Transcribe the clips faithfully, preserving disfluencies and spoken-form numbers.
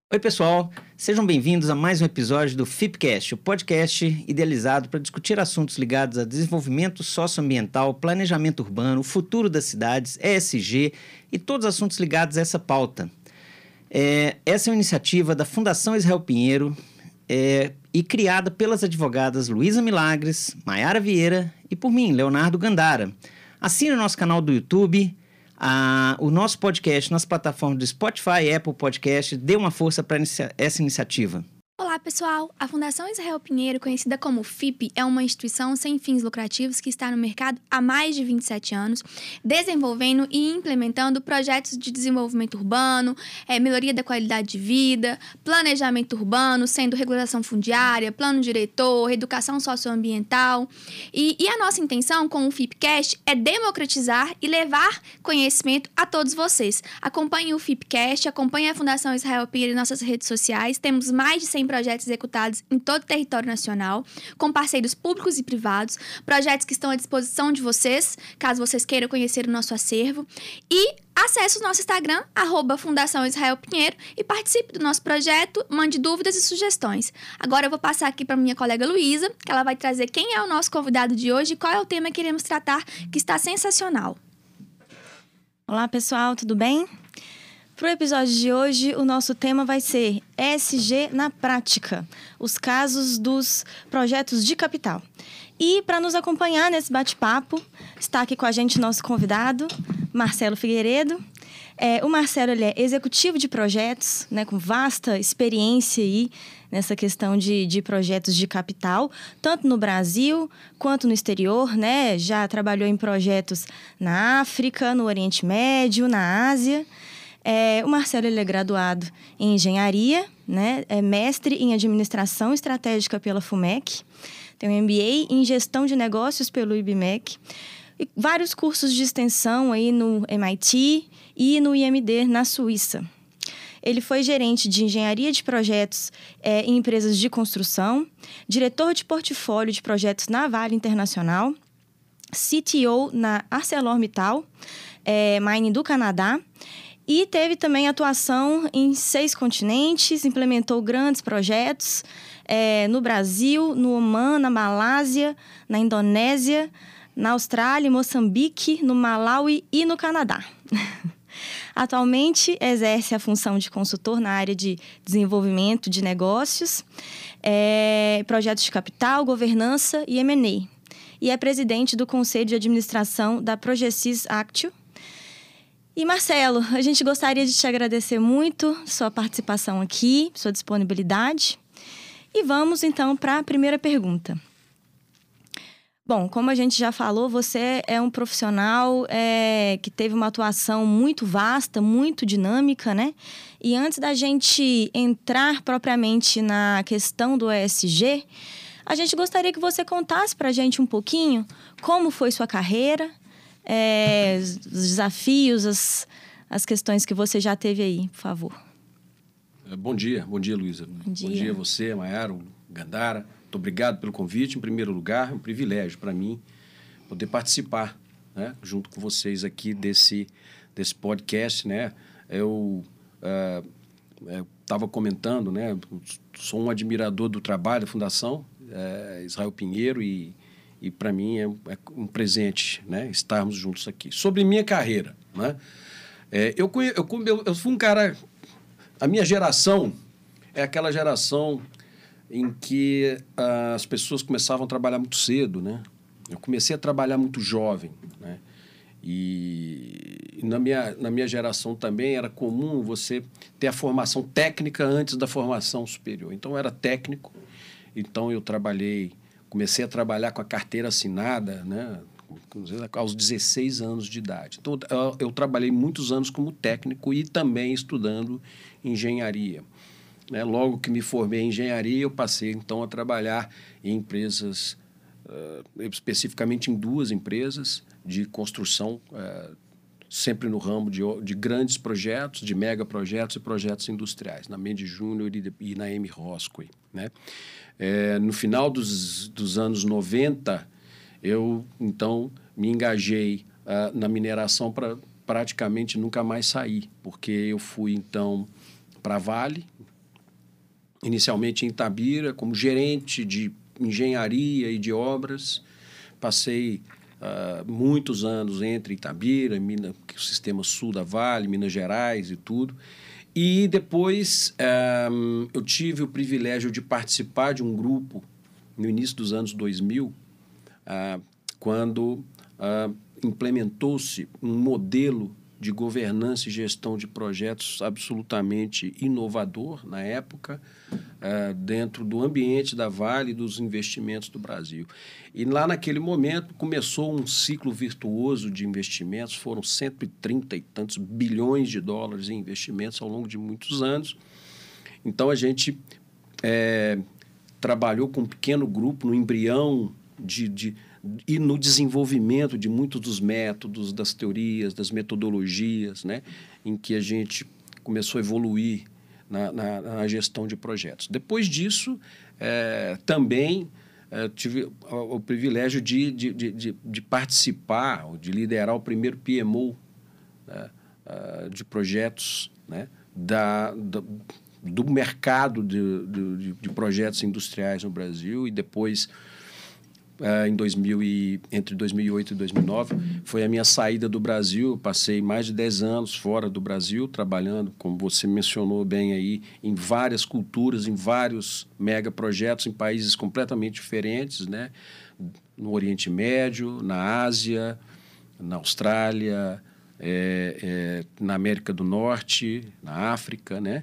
Oi, pessoal. Sejam bem-vindos a mais um episódio do FIPcast, o podcast idealizado para discutir assuntos ligados a desenvolvimento socioambiental, planejamento urbano, futuro das cidades, E S G e todos os assuntos ligados a essa pauta. É, essa é uma iniciativa da Fundação Israel Pinheiro é, e criada pelas advogadas Luísa Milagres, Maiara Vieira e por mim, Leonardo Gandara. Assine o nosso canal do YouTube, a, o nosso podcast nas plataformas do Spotify e Apple Podcast. Dê uma força para inicia- essa iniciativa. Olá, pessoal! A Fundação Israel Pinheiro, conhecida como F I P, é uma instituição sem fins lucrativos que está no mercado há mais de vinte e sete anos, desenvolvendo e implementando projetos de desenvolvimento urbano, é, melhoria da qualidade de vida, planejamento urbano, sendo regulação fundiária, plano diretor, educação socioambiental. E, e a nossa intenção com o FIPcast é democratizar e levar conhecimento a todos vocês. Acompanhe o FIPcast, acompanhe a Fundação Israel Pinheiro em nossas redes sociais. Temos mais de cem projetos executados em todo o território nacional, com parceiros públicos e privados, projetos que estão à disposição de vocês, caso vocês queiram conhecer o nosso acervo. E acesse o nosso Instagram, arroba Fundação Israel Pinheiro, e participe do nosso projeto, mande dúvidas e sugestões. Agora eu vou passar aqui para minha colega Luísa, que ela vai trazer quem é o nosso convidado de hoje e qual é o tema que iremos tratar, que está sensacional. Olá, pessoal, tudo bem? Para o episódio de hoje, o nosso tema vai ser E S G na prática, os casos dos projetos de capital. E para nos acompanhar nesse bate-papo, está aqui com a gente nosso convidado, Marcelo Figueiredo. É, o Marcelo ele é executivo de projetos, né, com vasta experiência aí nessa questão de, de projetos de capital, tanto no Brasil quanto no exterior, né? Já trabalhou em projetos na África, no Oriente Médio, na Ásia. É, o Marcelo ele é graduado em engenharia, né? É mestre em administração estratégica pela FUMEC, tem um M B A em gestão de negócios pelo I B M E C, e vários cursos de extensão aí no M I T e no I M D na Suíça. Ele foi gerente de engenharia de projetos é, em empresas de construção, diretor de portfólio de projetos na Vale Internacional, C T O na ArcelorMittal, é, Mining do Canadá. E teve também atuação em seis continentes, implementou grandes projetos é, no Brasil, no Omã, na Malásia, na Indonésia, na Austrália, Moçambique, no Malawi e no Canadá. Atualmente exerce a função de consultor na área de desenvolvimento de negócios, é, projetos de capital, governança e M and A. E é presidente do Conselho de Administração da Progesys Actio. E, Marcelo, a gente gostaria de te agradecer muito sua participação aqui, sua disponibilidade. E vamos, então, para a primeira pergunta. Bom, como a gente já falou, você é um profissional é, que teve uma atuação muito vasta, muito dinâmica, né? E antes da gente entrar propriamente na questão do E S G, a gente gostaria que você contasse para a gente um pouquinho como foi sua carreira, É, os desafios, as, as questões que você já teve aí, por favor. Bom dia, bom dia, Luísa. Bom dia. Bom dia a você, Maiara, Gandara. Muito obrigado pelo convite. Em primeiro lugar, é um privilégio para mim poder participar, né, junto com vocês aqui desse, desse podcast, né? Eu estava uh, comentando, né? Sou um admirador do trabalho da Fundação uh, Israel Pinheiro e E, para mim, é, é um presente, né, estarmos juntos aqui. Sobre minha carreira, né, é, eu, conhe, eu, eu, eu fui um cara... A minha geração é aquela geração em que ah, as pessoas começavam a trabalhar muito cedo, né? Eu comecei a trabalhar muito jovem, né? E, e na, minha, na minha geração também era comum você ter a formação técnica antes da formação superior. Então, eu era técnico, então eu trabalhei... Comecei a trabalhar com a carteira assinada, né, aos dezesseis anos de idade. Então, eu, eu trabalhei muitos anos como técnico e também estudando engenharia. Né? Logo que me formei em engenharia, eu passei, então, a trabalhar em empresas, uh, especificamente em duas empresas de construção, uh, sempre no ramo de, de grandes projetos, de megaprojetos e projetos industriais, na Mendes Júnior e, e na M. Roscoe, né? É, no final dos, dos anos noventa, eu, então, me engajei uh, na mineração para praticamente nunca mais sair, porque eu fui, então, para a Vale, inicialmente em Itabira, como gerente de engenharia e de obras. Passei uh, muitos anos entre Itabira, Minas, o sistema sul da Vale, Minas Gerais e tudo. E depois um, eu tive o privilégio de participar de um grupo no início dos anos dois mil, uh, quando uh, implementou-se um modelo de governança e gestão de projetos absolutamente inovador na época, uh, dentro do ambiente da Vale e dos investimentos do Brasil. E lá naquele momento começou um ciclo virtuoso de investimentos, foram cento e trinta e tantos bilhões de dólares em investimentos ao longo de muitos anos. Então a gente é, trabalhou com um pequeno grupo no embrião de, de e no desenvolvimento de muitos dos métodos, das teorias, das metodologias, né, em que a gente começou a evoluir na, na, na gestão de projetos. Depois disso, é, também é, tive o, o privilégio de, de, de, de participar, de liderar o primeiro P M O, né, de projetos, né, da, da, do mercado de, de, de projetos industriais no Brasil, e depois... Uh, em dois mil e, entre dois mil e oito e dois mil e nove, foi a minha saída do Brasil. Passei mais de dez anos fora do Brasil, trabalhando, como você mencionou bem aí, em várias culturas, em vários megaprojetos, em países completamente diferentes, né? No Oriente Médio, na Ásia, na Austrália, é, é, na América do Norte, na África, né?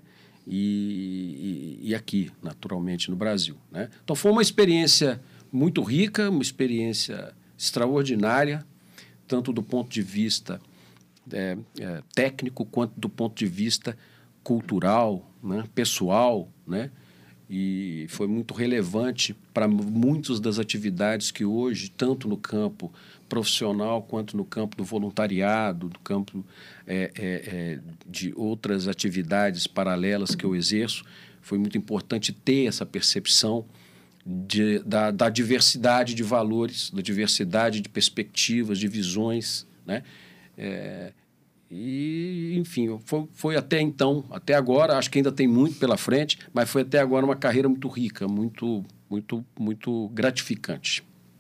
E, e, e aqui, naturalmente, no Brasil, né? Então, foi uma experiência muito rica, uma experiência extraordinária, tanto do ponto de vista é, é, técnico quanto do ponto de vista cultural, né, pessoal, né? E foi muito relevante para muitas das atividades que hoje, tanto no campo profissional quanto no campo do voluntariado, do campo é, é, é, de outras atividades paralelas que eu exerço, foi muito importante ter essa percepção De, da, da diversidade de valores, da diversidade de perspectivas, de visões, né? É, e, enfim, foi, foi até então, até agora, acho que ainda tem muito pela frente, mas foi até agora uma carreira muito rica, muito, muito, muito gratificante.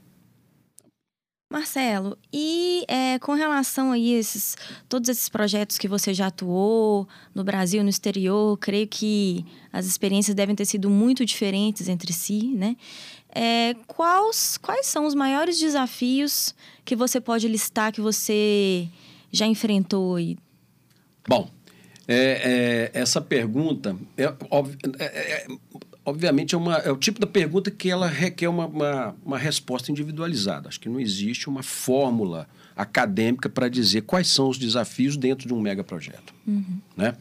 Marcelo, e é, com relação a esses, todos esses projetos que você já atuou no Brasil, no exterior, creio que as experiências devem ter sido muito diferentes entre si, né? É, quais, quais são os maiores desafios que você pode listar que você já enfrentou? E... Bom, é, é, essa pergunta é, é, é, obviamente é, uma, é o tipo da pergunta que ela requer uma, uma, uma resposta individualizada. Acho que não existe uma fórmula acadêmica para dizer quais são os desafios dentro de um megaprojeto. Uhum. Né?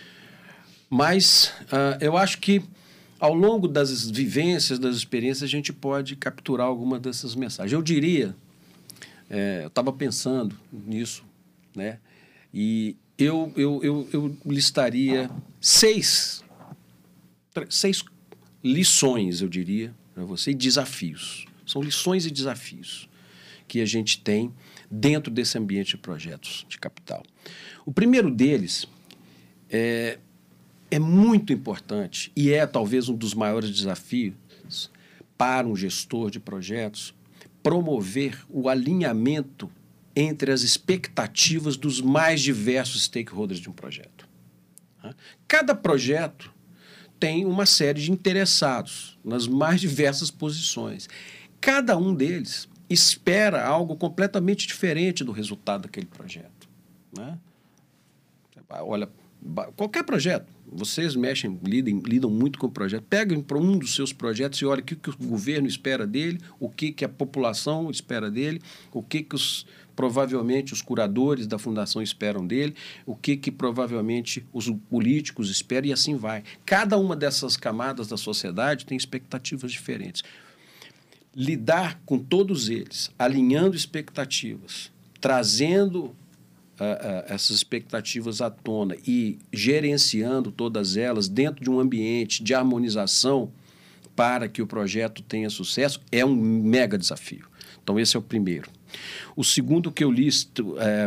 Mas uh, eu acho que ao longo das vivências, das experiências, a gente pode capturar alguma dessas mensagens. Eu diria, é, eu estava pensando nisso, né? E eu, eu, eu, eu listaria seis, seis lições, eu diria, para você, e desafios. São lições e desafios que a gente tem dentro desse ambiente de projetos de capital. O primeiro deles é, é muito importante e é talvez um dos maiores desafios para um gestor de projetos promover o alinhamento entre as expectativas dos mais diversos stakeholders de um projeto. Cada projeto tem uma série de interessados nas mais diversas posições. Cada um deles espera algo completamente diferente do resultado daquele projeto. Né? Olha, qualquer projeto, vocês mexem, lidam, lidam muito com o projeto, peguem para um dos seus projetos e olhem o que, que o governo espera dele, o que, que a população espera dele, o que, que os, provavelmente os curadores da fundação esperam dele, o que, que provavelmente os políticos esperam, e assim vai. Cada uma dessas camadas da sociedade tem expectativas diferentes. Lidar com todos eles, alinhando expectativas, trazendo Uh, uh, essas expectativas à tona e gerenciando todas elas dentro de um ambiente de harmonização para que o projeto tenha sucesso, é um mega desafio. Então, esse é o primeiro. O segundo que eu listo, é,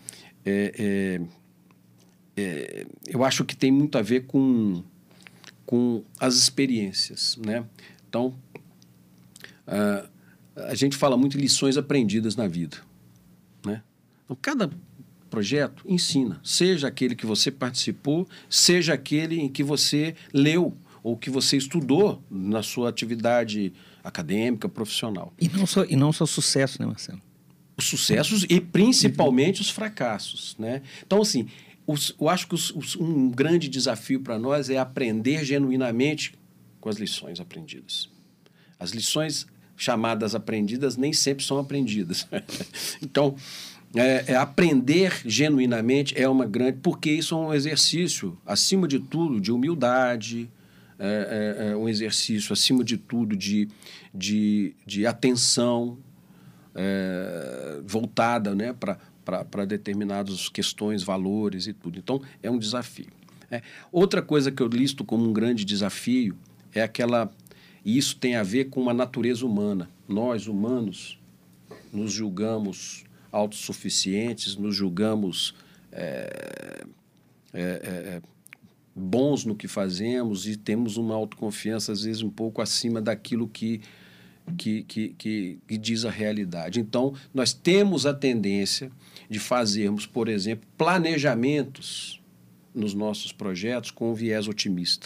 é, é, é, eu acho que tem muito a ver com, com as experiências, né? Então, uh, a gente fala muito em lições aprendidas na vida, né? Então, cada projeto ensina, seja aquele que você participou, seja aquele em que você leu ou que você estudou na sua atividade acadêmica, profissional. E não só, e não só sucesso, né, Marcelo? Os sucessos e principalmente os fracassos, né? Então, assim, os, eu acho que os, os, um grande desafio para nós é aprender genuinamente com as lições aprendidas. As lições chamadas aprendidas nem sempre são aprendidas. Então, é, é, aprender genuinamente é uma grande... Porque isso é um exercício, acima de tudo, de humildade, é, é, é um exercício, acima de tudo, de, de, de atenção é, voltada, né, para para determinadas questões, valores e tudo. Então, é um desafio. É. Outra coisa que eu listo como um grande desafio é aquela... E isso tem a ver com a natureza humana. Nós, humanos, nos julgamos autossuficientes, nos julgamos é, é, é, bons no que fazemos e temos uma autoconfiança, às vezes, um pouco acima daquilo que, que, que, que, que diz a realidade. Então, nós temos a tendência de fazermos, por exemplo, planejamentos nos nossos projetos com um viés otimista.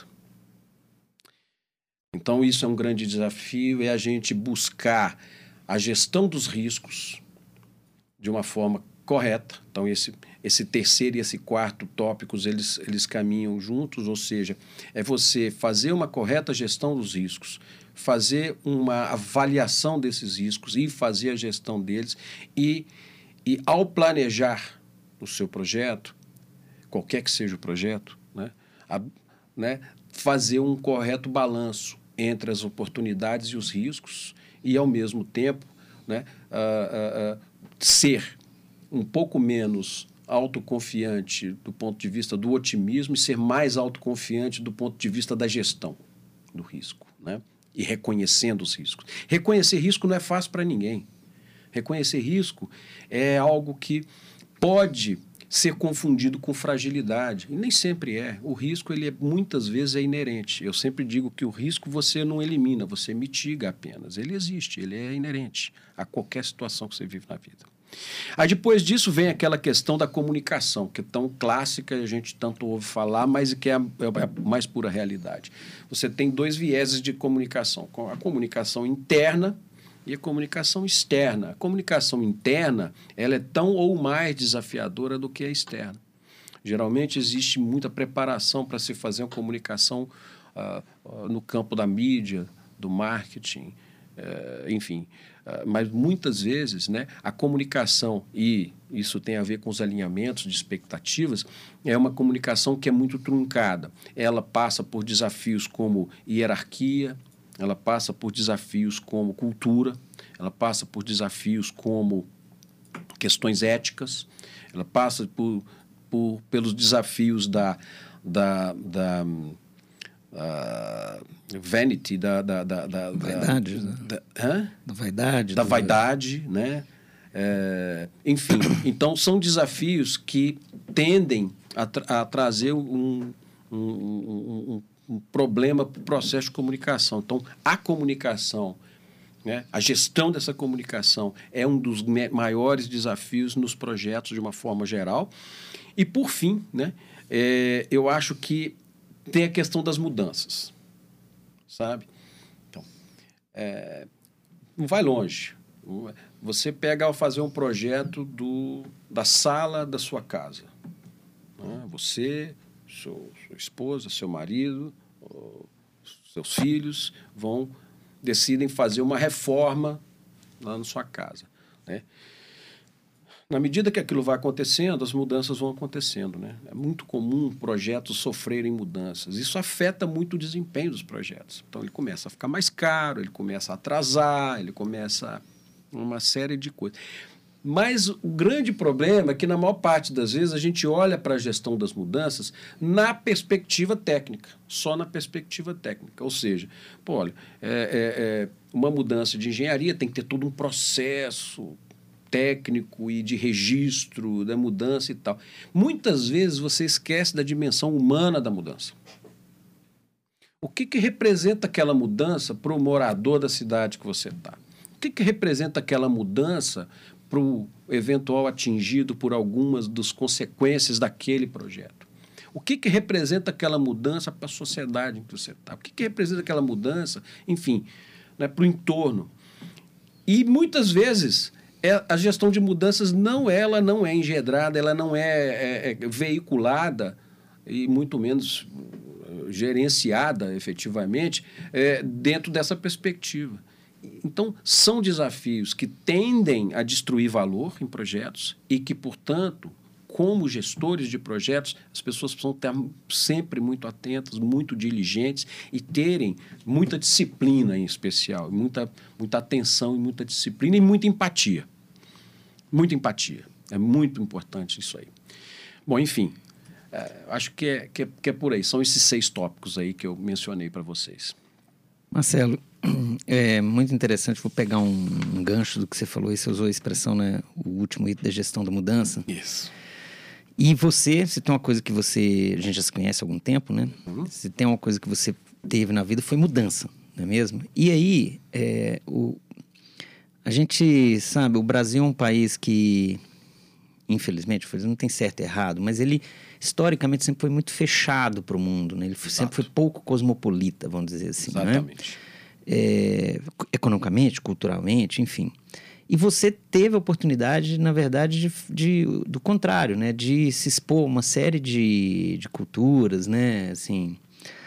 Então, isso é um grande desafio, é a gente buscar a gestão dos riscos de uma forma correta. Então, esse, esse terceiro e esse quarto tópicos, eles, eles caminham juntos, ou seja, é você fazer uma correta gestão dos riscos, fazer uma avaliação desses riscos e fazer a gestão deles e, e ao planejar o seu projeto, qualquer que seja o projeto, né, a, né, fazer um correto balanço entre as oportunidades e os riscos e, ao mesmo tempo, né, uh, uh, uh, ser um pouco menos autoconfiante do ponto de vista do otimismo e ser mais autoconfiante do ponto de vista da gestão do risco, né? E reconhecendo os riscos. Reconhecer risco não é fácil para ninguém. Reconhecer risco é algo que pode ser confundido com fragilidade. E nem sempre é. O risco, ele é, muitas vezes, é inerente. Eu sempre digo que o risco você não elimina, você mitiga apenas. Ele existe, ele é inerente a qualquer situação que você vive na vida. Aí, depois disso, vem aquela questão da comunicação, que é tão clássica, a gente tanto ouve falar, mas que é a, é a mais pura realidade. Você tem dois vieses de comunicação. A comunicação interna e a comunicação externa. A comunicação interna, ela é tão ou mais desafiadora do que a externa. Geralmente existe muita preparação para se fazer uma comunicação uh, uh, no campo da mídia, do marketing, uh, enfim. Uh, mas muitas vezes, né, a comunicação, e isso tem a ver com os alinhamentos de expectativas, é uma comunicação que é muito truncada. Ela passa por desafios como hierarquia, ela passa por desafios como cultura, ela passa por desafios como questões éticas, ela passa por, por, pelos desafios da, da, da uh, vanity, da, da, da, da vaidade, da, né? da, hã? da vaidade, da do... vaidade, né? É, enfim, então são desafios que tendem a, tra a trazer um, um, um, um um problema para o processo de comunicação. Então, a comunicação, né, a gestão dessa comunicação é um dos maiores desafios nos projetos de uma forma geral. E, por fim, né, é, eu acho que tem a questão das mudanças, sabe? Então, é, não vai longe. Você pega ao fazer um projeto do, da sala da sua casa. Né? Você... Seu, sua esposa, seu marido, seus filhos vão, decidem fazer uma reforma lá na sua casa, né? Na medida que aquilo vai acontecendo, as mudanças vão acontecendo, né? É muito comum projetos sofrerem mudanças. Isso afeta muito o desempenho dos projetos. Então, ele começa a ficar mais caro, ele começa a atrasar, ele começa uma série de coisas. Mas o grande problema é que, na maior parte das vezes, a gente olha para a gestão das mudanças na perspectiva técnica, só na perspectiva técnica. Ou seja, pô, olha, é, é, é, uma mudança de engenharia tem que ter todo um processo técnico e de registro da mudança e tal. Muitas vezes você esquece da dimensão humana da mudança. O que, que representa aquela mudança para o morador da cidade que você está? O que, que representa aquela mudança para o eventual atingido por algumas das consequências daquele projeto? O que, que representa aquela mudança para a sociedade em que você está? O que, que representa aquela mudança, enfim, né, para o entorno? E muitas vezes é, a gestão de mudanças não, ela não é engedrada, ela não é, é, é veiculada e muito menos gerenciada efetivamente é, dentro dessa perspectiva. Então, são desafios que tendem a destruir valor em projetos e que, portanto, como gestores de projetos, as pessoas precisam estar sempre muito atentas, muito diligentes e terem muita disciplina, em especial, muita, muita atenção e muita disciplina e muita empatia. Muita empatia. É muito importante isso aí. Bom, enfim, é, acho que é, que, é, que é por aí. São esses seis tópicos aí que eu mencionei para vocês. Marcelo, é muito interessante, vou pegar um, um gancho do que você falou, e você usou a expressão, né, o último item da gestão da mudança. Isso. E você, se tem uma coisa que você, a gente já se conhece há algum tempo, né? Uhum. Se tem uma coisa que você teve na vida, foi mudança, não é mesmo? E aí, é, o, a gente sabe, o Brasil é um país que, infelizmente, não tem certo e errado, mas ele, historicamente, sempre foi muito fechado para o mundo, né? Ele Exato. sempre foi pouco cosmopolita, vamos dizer assim, Exatamente. Né? É, economicamente, culturalmente, enfim. E você teve a oportunidade, na verdade, de, de, do contrário, né? De se expor a uma série de, de culturas, né? Assim,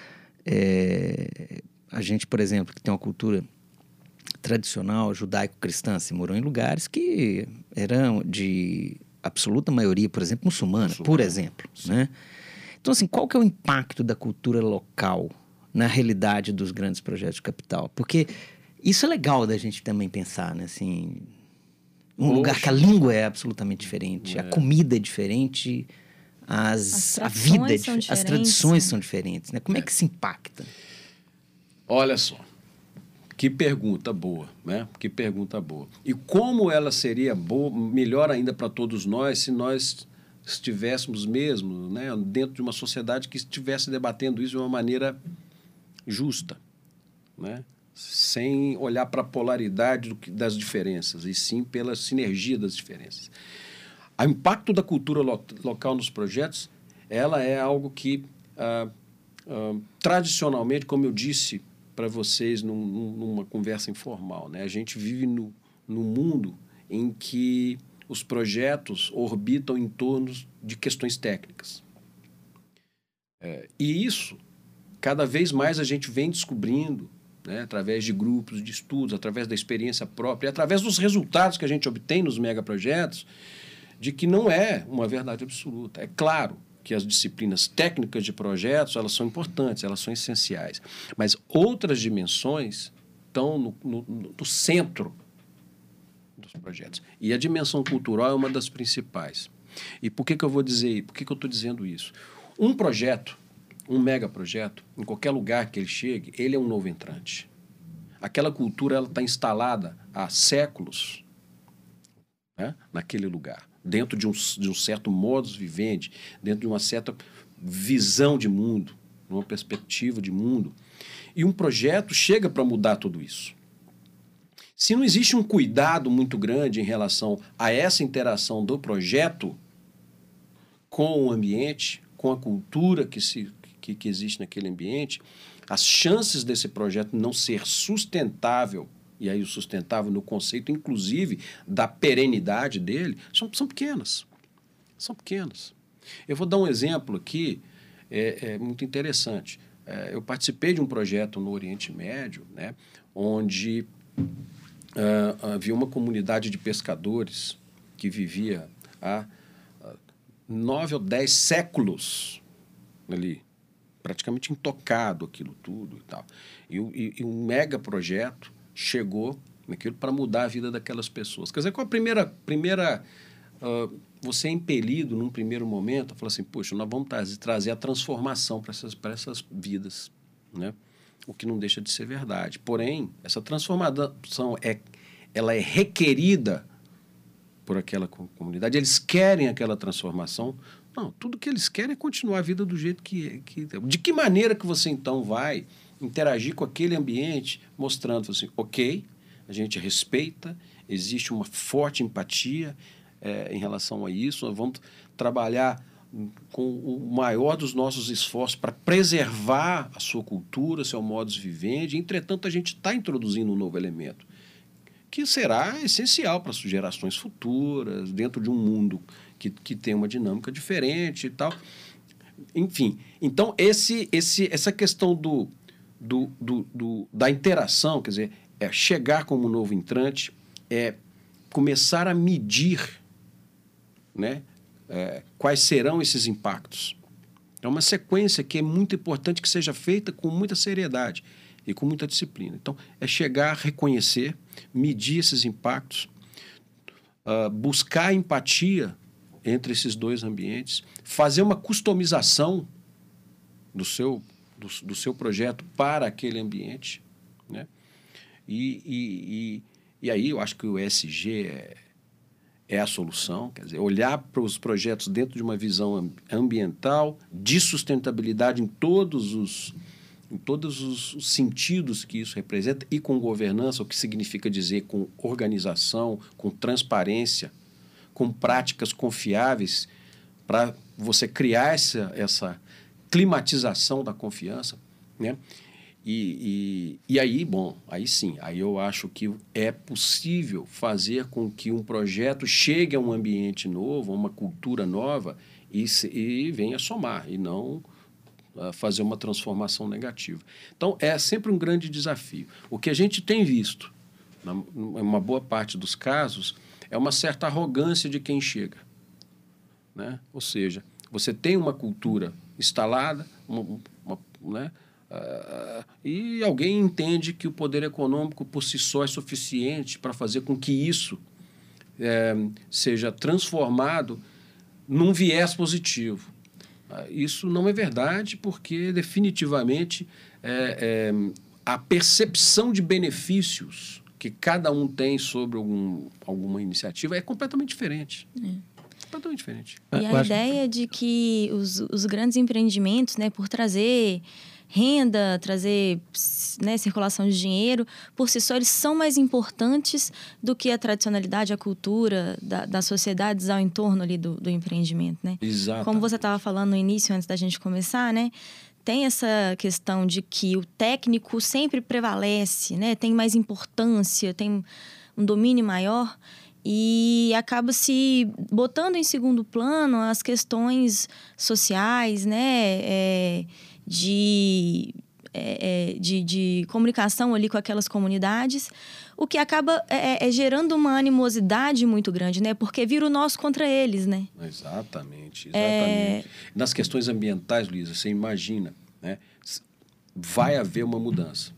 é, a gente, por exemplo, que tem uma cultura tradicional, judaico-cristã, se morou em lugares que eram de absoluta maioria, por exemplo, muçulmana, muçulmana. por exemplo, né? Então, assim, qual que é o impacto da cultura local na realidade dos grandes projetos de capital? Porque isso é legal da gente também pensar, né? Assim, um Poxa. lugar que a língua é absolutamente diferente, é. a comida é diferente, as, as a vida, é são as tradições né? são diferentes, né? Como é. é que se impacta? Olha só, que pergunta boa, né? Que pergunta boa. E como ela seria boa, melhor ainda para todos nós, se nós estivéssemos mesmo, né, dentro de uma sociedade que estivesse debatendo isso de uma maneira justa, né? Sem olhar para a polaridade do que, das diferenças, e sim pela sinergia das diferenças. O impacto da cultura lo, local nos projetos, ela é algo que, ah, ah, tradicionalmente, como eu disse para vocês num, numa conversa informal, né, a gente vive no, no mundo em que os projetos orbitam em torno de questões técnicas. É, e isso, cada vez mais a gente vem descobrindo, né, através de grupos de estudos, através da experiência própria, através dos resultados que a gente obtém nos megaprojetos, de que não é uma verdade absoluta. É claro que as disciplinas técnicas de projetos, elas são importantes, elas são essenciais, mas outras dimensões estão no, no, no centro dos projetos. E a dimensão cultural é uma das principais. E por que que eu vou dizer, por que que eu estou dizendo isso? Um projeto, um megaprojeto, em qualquer lugar que ele chegue, ele é um novo entrante. Aquela cultura está instalada há séculos, né, naquele lugar, dentro de um, de um certo modus vivendi, dentro de uma certa visão de mundo, uma perspectiva de mundo. E um projeto chega para mudar tudo isso. Se não existe um cuidado muito grande em relação a essa interação do projeto com o ambiente, com a cultura que, se, que, que existe naquele ambiente, as chances desse projeto não ser sustentável, e aí o sustentável no conceito, inclusive, da perenidade dele, são, são pequenas. São pequenas. Eu vou dar um exemplo aqui, é, é muito interessante. É, eu participei de um projeto no Oriente Médio, né, onde uh, havia uma comunidade de pescadores que vivia há uh, nove ou dez séculos ali, praticamente intocado aquilo tudo e tal. E, e, e um mega projeto chegou naquilo para mudar a vida daquelas pessoas. Quer dizer, com a primeira... primeira uh, você é impelido, num primeiro momento, a falar assim, poxa, nós vamos trazer, trazer a transformação para essas, para essas vidas, né? O que não deixa de ser verdade. Porém, essa transformação, é, ela é requerida por aquela comunidade. Eles querem aquela transformação. Não, tudo que eles querem é continuar a vida do jeito que... que de que maneira que você, então, vai interagir com aquele ambiente, mostrando assim, ok, a gente respeita, existe uma forte empatia é, em relação a isso, nós vamos trabalhar com o maior dos nossos esforços para preservar a sua cultura, seu modus vivendi. Entretanto, a gente está introduzindo um novo elemento, que será essencial para as gerações futuras, dentro de um mundo que, que tem uma dinâmica diferente e tal. Enfim, então, esse, esse, essa questão do, do, do, do, da interação, quer dizer, é chegar como novo entrante, é começar a medir, né, é, quais serão esses impactos. É uma sequência que é muito importante que seja feita com muita seriedade e com muita disciplina. Então, é chegar a reconhecer, medir esses impactos, uh, buscar empatia entre esses dois ambientes, fazer uma customização do seu, do, do seu projeto para aquele ambiente, né? E, e, e, e aí eu acho que o E S G é, é a solução, quer dizer, olhar para os projetos dentro de uma visão ambiental, de sustentabilidade em todos os, em todos os sentidos que isso representa, e com governança, o que significa dizer com organização, com transparência, com práticas confiáveis, para você criar essa, essa climatização da confiança, né? E, e, e aí, bom, aí sim, aí eu acho que é possível fazer com que um projeto chegue a um ambiente novo, a uma cultura nova e, se, e venha somar, e não uh, fazer uma transformação negativa. Então, é sempre um grande desafio. O que a gente tem visto, na, em uma boa parte dos casos, é uma certa arrogância de quem chega, né? Ou seja, você tem uma cultura instalada, uma, uma, né? Uh, e alguém entende que o poder econômico por si só é suficiente para fazer com que isso é, seja transformado num viés positivo. Uh, isso não é verdade, porque definitivamente é, é, a percepção de benefícios que cada um tem sobre algum, alguma iniciativa é completamente diferente. É. Completamente diferente. E a ideia de que os, os grandes empreendimentos, né, por trazer renda, trazer, né, circulação de dinheiro, por si só, eles são mais importantes do que a tradicionalidade, a cultura da, das sociedades ao entorno ali do, do empreendimento, né? Exato. Como você estava falando no início, antes da gente começar, né? Tem essa questão de que o técnico sempre prevalece, né? Tem mais importância, tem um domínio maior e acaba se botando em segundo plano as questões sociais, né? É, de, é, de, de comunicação ali com aquelas comunidades, o que acaba é, é, gerando uma animosidade muito grande, né? Porque vira o nós contra eles, né? Exatamente, exatamente. É... Nas questões ambientais, Luísa, você imagina, né? Vai haver uma mudança.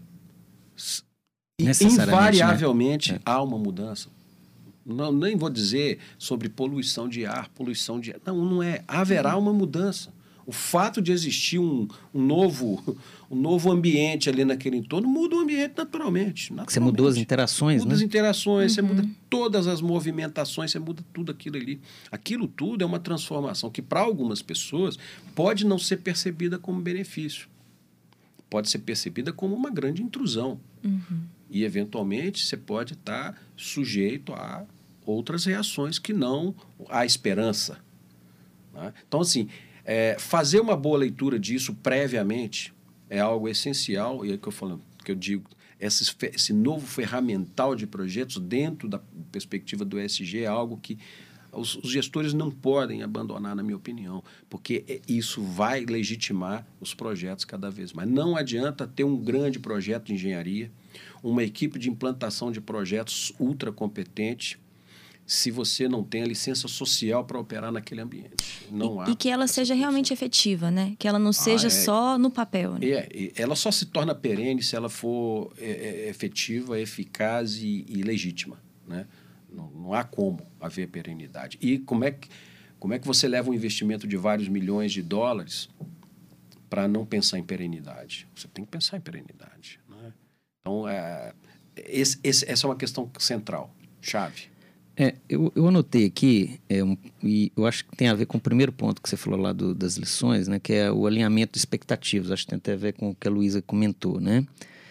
Invariavelmente, né? Há uma mudança. Não, nem vou dizer sobre poluição de ar, poluição de... Não, não é. Haverá uma mudança. O fato de existir um, um, novo, um novo ambiente ali naquele entorno muda o ambiente naturalmente. naturalmente. Você mudou as interações, muda né? as interações, uhum. Você muda todas as movimentações, você muda tudo aquilo ali. Aquilo tudo é uma transformação que, para algumas pessoas, pode não ser percebida como benefício. Pode ser percebida como uma grande intrusão. Uhum. E, eventualmente, você pode estar sujeito a outras reações que não a esperança. Né? Então, assim... É, fazer uma boa leitura disso previamente é algo essencial, e é que eu, falo, que eu digo, esse, esse novo ferramental de projetos dentro da perspectiva do E S G é algo que os, os gestores não podem abandonar, na minha opinião, porque isso vai legitimar os projetos cada vez mais. Não adianta ter um grande projeto de engenharia, uma equipe de implantação de projetos ultra competente, se você não tem a licença social para operar naquele ambiente. Não e, há e que ela seja realmente efetiva, né? Que ela não seja ah, é, só no papel. Né? É, ela só se torna perene se ela for é, é, efetiva, eficaz e, e legítima. Né? Não, não há como haver perenidade. E como é, que, como é que você leva um investimento de vários milhões de dólares para não pensar em perenidade? Você tem que pensar em perenidade. Né? Então, é, esse, esse, essa é uma questão central, chave. É, eu, eu anotei aqui, é, um, e eu acho que tem a ver com o primeiro ponto que você falou lá do, das lições, né? Que é o alinhamento de expectativas. Acho que tem até a ver com o que a Luísa comentou, né?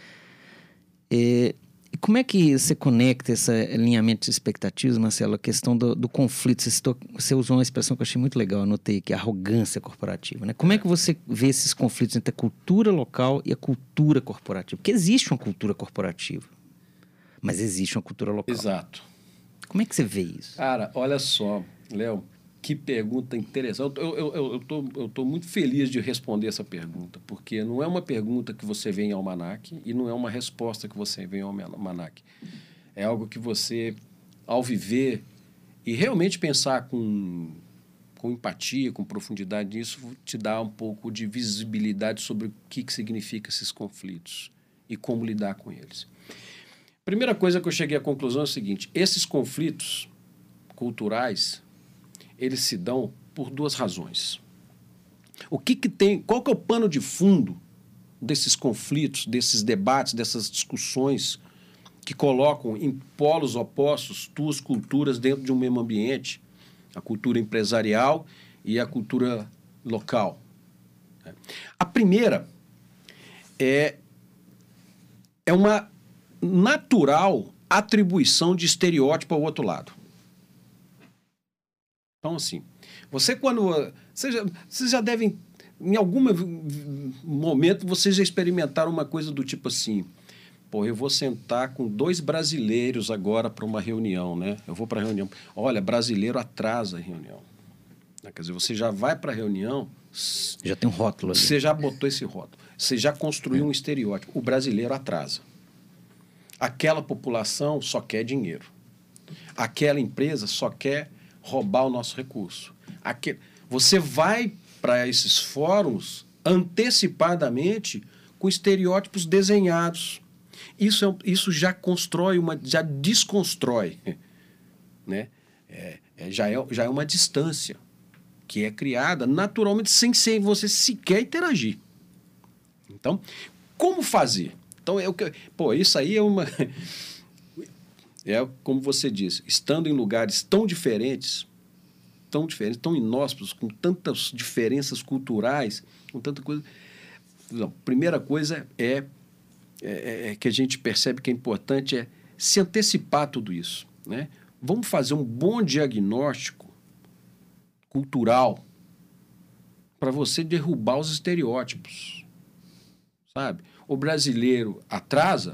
É, e como é que você conecta esse alinhamento de expectativas, Marcelo, a questão do, do conflito? Você, citou, você usou uma expressão que eu achei muito legal, anotei aqui, arrogância corporativa, né? Como é que você vê esses conflitos entre a cultura local e a cultura corporativa? Porque existe uma cultura corporativa, mas existe uma cultura local. Exato. Como é que você vê isso? Cara, olha só, Léo, que pergunta interessante. Eu, eu, eu, eu, tô, eu tô muito feliz de responder essa pergunta, porque não é uma pergunta que você vê em almanaque e não é uma resposta que você vê em almanaque. É algo que você, ao viver e realmente pensar com, com empatia, com profundidade nisso, te dá um pouco de visibilidade sobre o que, que significa esses conflitos e como lidar com eles. Primeira coisa que eu cheguei à conclusão é o seguinte: esses conflitos culturais, eles se dão por duas razões. O que que tem, qual que é o pano de fundo desses conflitos, desses debates, dessas discussões que colocam em polos opostos duas culturas dentro de um mesmo ambiente, a cultura empresarial e a cultura local? A primeira é, é uma natural atribuição de estereótipo ao outro lado. Então, assim, você quando... Vocês já, vocês já devem, em algum momento, vocês já experimentaram uma coisa do tipo assim: pô, eu vou sentar com dois brasileiros agora para uma reunião, né? Eu vou para a reunião. Olha, brasileiro atrasa a reunião. Quer dizer, você já vai para a reunião... Já tem um rótulo ali. Você já botou esse rótulo. Você já construiu é. um estereótipo. O brasileiro atrasa. Aquela população só quer dinheiro. Aquela empresa só quer roubar o nosso recurso. Aquele... Você vai para esses fóruns antecipadamente com estereótipos desenhados. Isso, é, isso já constrói, uma, já desconstrói. Né? É, é, já, é, já é uma distância que é criada naturalmente sem, sem você sequer interagir. Então, como fazer? Então, é o que, pô, isso aí é uma... É como você disse, estando em lugares tão diferentes, tão diferentes, tão inóspitos, com tantas diferenças culturais, com tanta coisa... Não, primeira coisa é, é, é que a gente percebe que é importante é se antecipar tudo isso, né? Vamos fazer um bom diagnóstico cultural para você derrubar os estereótipos, sabe? O brasileiro atrasa,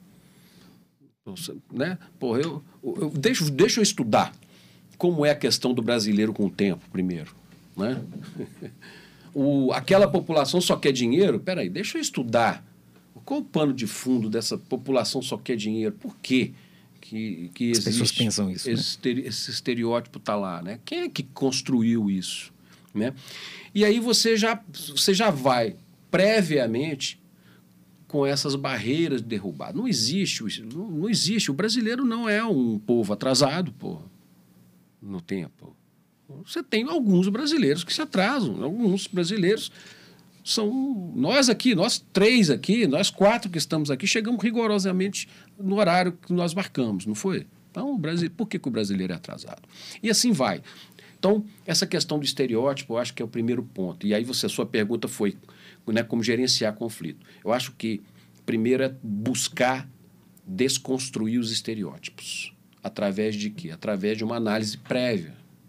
né? Pô, eu, eu, deixa, deixa eu estudar como é a questão do brasileiro com o tempo, primeiro, né? o, aquela população só quer dinheiro? Peraí, deixa eu estudar. Qual o pano de fundo dessa população só quer dinheiro? Por quê que, que As existe? pessoas pensam isso, esse, né? esse estereótipo está lá, né? Quem é que construiu isso? Né? E aí você já, você já vai previamente com essas barreiras derrubadas. Não existe, não, não existe. O brasileiro não é um povo atrasado, pô, no tempo. Você tem alguns brasileiros que se atrasam. Alguns brasileiros são... Nós aqui, nós três aqui, nós quatro que estamos aqui, chegamos rigorosamente no horário que nós marcamos, não foi? Então, o Brasil, por que, que o brasileiro é atrasado? E assim vai. Então, essa questão do estereótipo, eu acho que é o primeiro ponto. E aí, você, a sua pergunta foi, né, como gerenciar conflito. Eu acho que, primeiro, é buscar desconstruir os estereótipos. Através de quê? Através de uma análise prévia.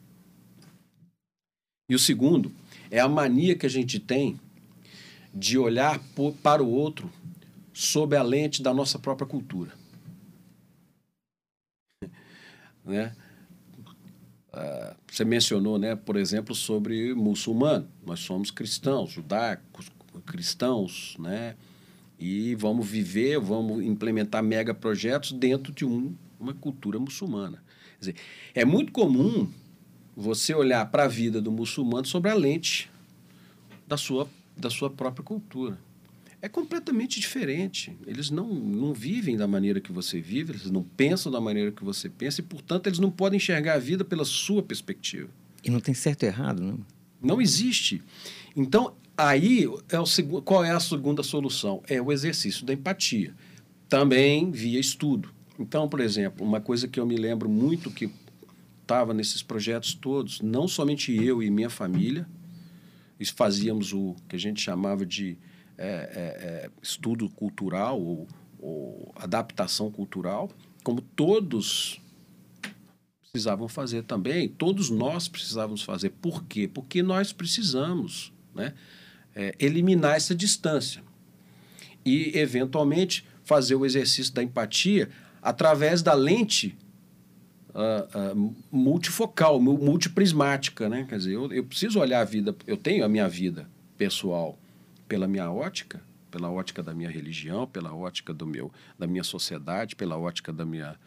E o segundo é a mania que a gente tem de olhar por, para o outro sob a lente da nossa própria cultura. Né? Uh, você mencionou, né, por exemplo, sobre muçulmano. Nós somos cristãos, judaicos, cristãos, né? E vamos viver, vamos implementar megaprojetos dentro de um, uma cultura muçulmana. Quer dizer, é muito comum você olhar para a vida do muçulmano sobre a lente da sua, da sua própria cultura. É completamente diferente. Eles não, não vivem da maneira que você vive, eles não pensam da maneira que você pensa e, portanto, eles não podem enxergar a vida pela sua perspectiva. E não tem certo e errado, não? Não existe. Então, aí, é o seg... qual é a segunda solução? É o exercício da empatia. Também via estudo. Então, por exemplo, uma coisa que eu me lembro muito que estava nesses projetos todos, não somente eu e minha família, fazíamos o que a gente chamava de é, é, é, estudo cultural ou, ou adaptação cultural, como todos precisavam fazer também, todos nós precisávamos fazer. Por quê? Porque nós precisamos, né, é, eliminar essa distância e, eventualmente, fazer o exercício da empatia através da lente uh, uh, multifocal, multiprismática, né? Quer dizer, eu, eu preciso olhar a vida, eu tenho a minha vida pessoal pela minha ótica, pela ótica da minha religião, pela ótica do meu, da minha sociedade, pela ótica da minha,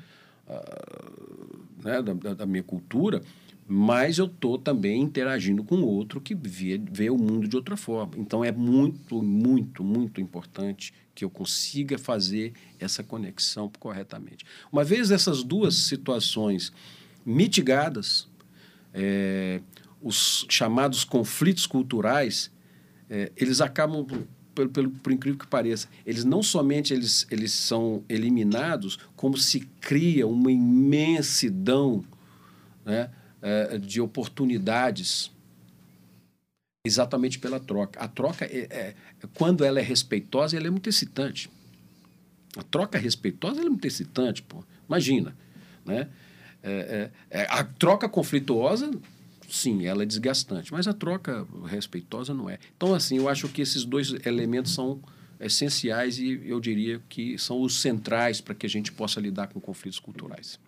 uh, né, da, da minha cultura, mas eu estou também interagindo com outro que vê, vê o mundo de outra forma. Então, é muito, muito, muito importante que eu consiga fazer essa conexão corretamente. Uma vez essas duas situações mitigadas, é, os chamados conflitos culturais, é, eles acabam, pelo, pelo, por incrível que pareça, eles não somente eles, eles são eliminados, como se cria uma imensidão, né, de oportunidades exatamente pela troca. A troca, é, é, quando ela é respeitosa, ela é muito excitante. A troca respeitosa ela é muito excitante, pô. Imagina, né? É, é, a troca conflituosa, sim, ela é desgastante, mas a troca respeitosa não é. Então, assim, eu acho que esses dois elementos são essenciais e eu diria que são os centrais para que a gente possa lidar com conflitos culturais.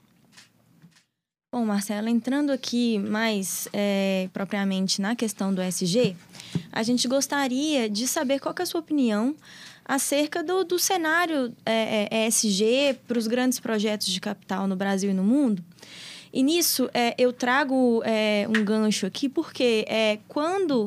Bom, Marcelo, entrando aqui mais é, propriamente na questão do E S G, a gente gostaria de saber qual que é a sua opinião acerca do, do cenário é, é, E S G para os grandes projetos de capital no Brasil e no mundo. E nisso, é, eu trago é, um gancho aqui, porque é, quando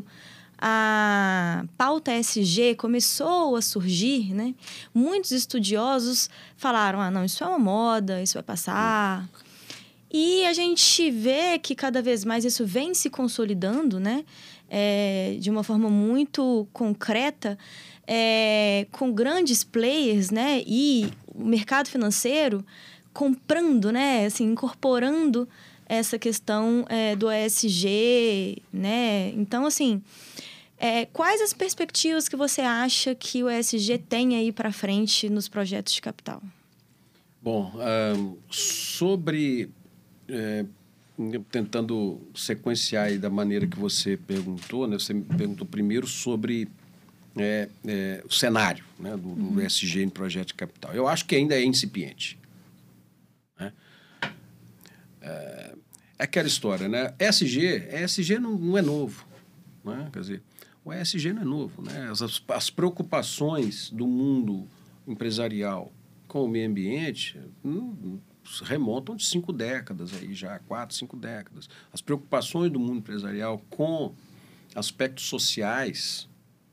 a pauta E S G começou a surgir, né, muitos estudiosos falaram, ah, não, isso é uma moda, isso vai passar. E a gente vê que cada vez mais isso vem se consolidando, né? É, de uma forma muito concreta, é, com grandes players, né? E o mercado financeiro comprando, né? Assim, incorporando essa questão é, do E S G, né? Então, assim, é, quais as perspectivas que você acha que o E S G tem aí para frente nos projetos de capital? Bom, um, sobre... É, tentando sequenciar aí da maneira que você perguntou, né? Você me perguntou primeiro sobre é, é, o cenário, né? do, do uhum. E S G em projeto de capital. Eu acho que ainda é incipiente. Né? É, é aquela história, né? E S G, E S G não, não é novo. Né? Quer dizer, o E S G não é novo. Né? As, as preocupações do mundo empresarial com o meio ambiente não, remontam de cinco décadas, aí já, quatro, cinco décadas. As preocupações do mundo empresarial com aspectos sociais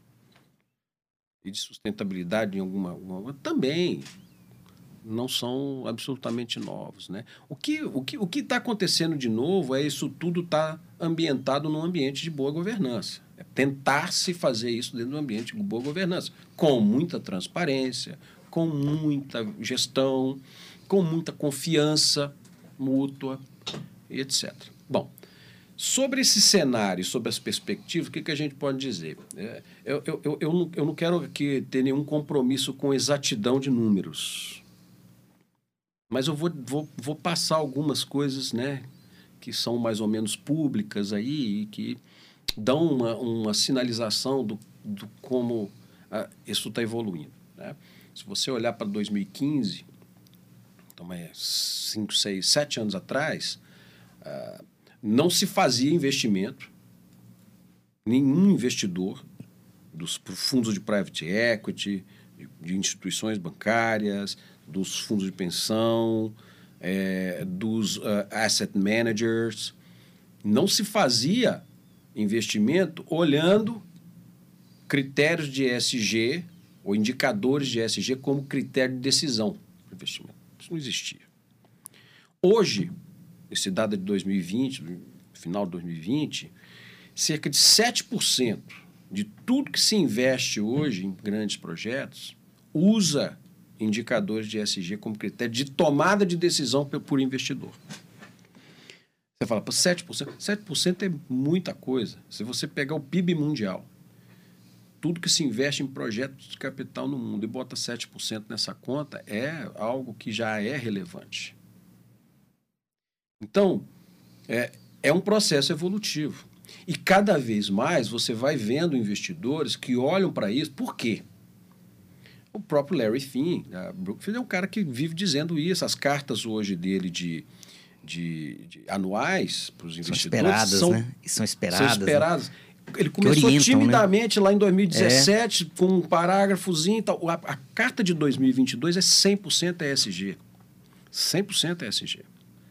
e de sustentabilidade em alguma, alguma também não são absolutamente novos. Né? O que o que o que está acontecendo de novo é isso tudo está ambientado num ambiente de boa governança. É tentar se fazer isso dentro de um ambiente de boa governança, com muita transparência, com muita gestão, com muita confiança mútua, e etcétera. Bom, sobre esse cenário, sobre as perspectivas, o que, que a gente pode dizer? É, eu, eu, eu, eu, não, eu não quero aqui ter nenhum compromisso com exatidão de números, mas eu vou, vou, vou passar algumas coisas, né, que são mais ou menos públicas aí e que dão uma, uma sinalização do, do como ah, isso está evoluindo. Né? Se você olhar para dois mil e quinze... Então, é cinco, seis, sete anos atrás, uh, não se fazia investimento, nenhum investidor dos fundos de private equity, de, de instituições bancárias, dos fundos de pensão, é, dos uh, asset managers, não se fazia investimento olhando critérios de E S G ou indicadores de E S G como critério de decisão do investimento. Isso não existia. Hoje, esse dado é de dois mil e vinte, final de dois mil e vinte, cerca de sete por cento de tudo que se investe hoje em grandes projetos usa indicadores de E S G como critério de tomada de decisão por investidor. Você fala, pô, sete por cento. sete por cento é muita coisa. Se você pegar o P I B mundial, tudo que se investe em projetos de capital no mundo e bota sete por cento nessa conta, é algo que já é relevante. Então, é, é um processo evolutivo. E cada vez mais você vai vendo investidores que olham para isso. Por quê? O próprio Larry Fink, a Brookfield, é um cara que vive dizendo isso. As cartas hoje dele de, de, de anuais para os investidores são esperadas, são, né? E são esperadas. São esperadas. Né? Ele começou orientam, timidamente, né? Lá em dois mil e dezessete, é. com um parágrafozinho e tal. A, a carta de dois mil e vinte e dois é cem por cento E S G. cem por cento E S G.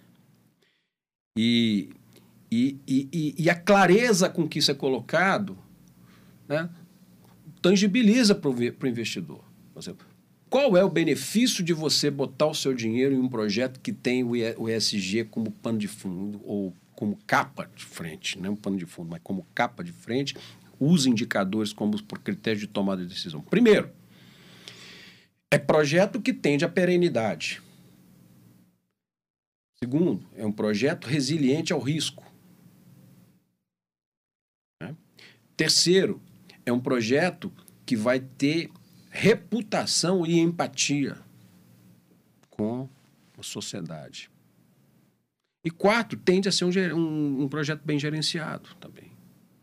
E, e, e, e a clareza com que isso é colocado, né, tangibiliza para o investidor. Por exemplo, qual é o benefício de você botar o seu dinheiro em um projeto que tem o E S G como pano de fundo, ou como capa de frente, não pano de fundo, mas como capa de frente, usa indicadores como por critério de tomada de decisão? Primeiro, é projeto que tende à perenidade. Segundo, é um projeto resiliente ao risco. Né? Terceiro, é um projeto que vai ter reputação e empatia com a sociedade. E quarto, tende a ser um, um, um projeto bem gerenciado também.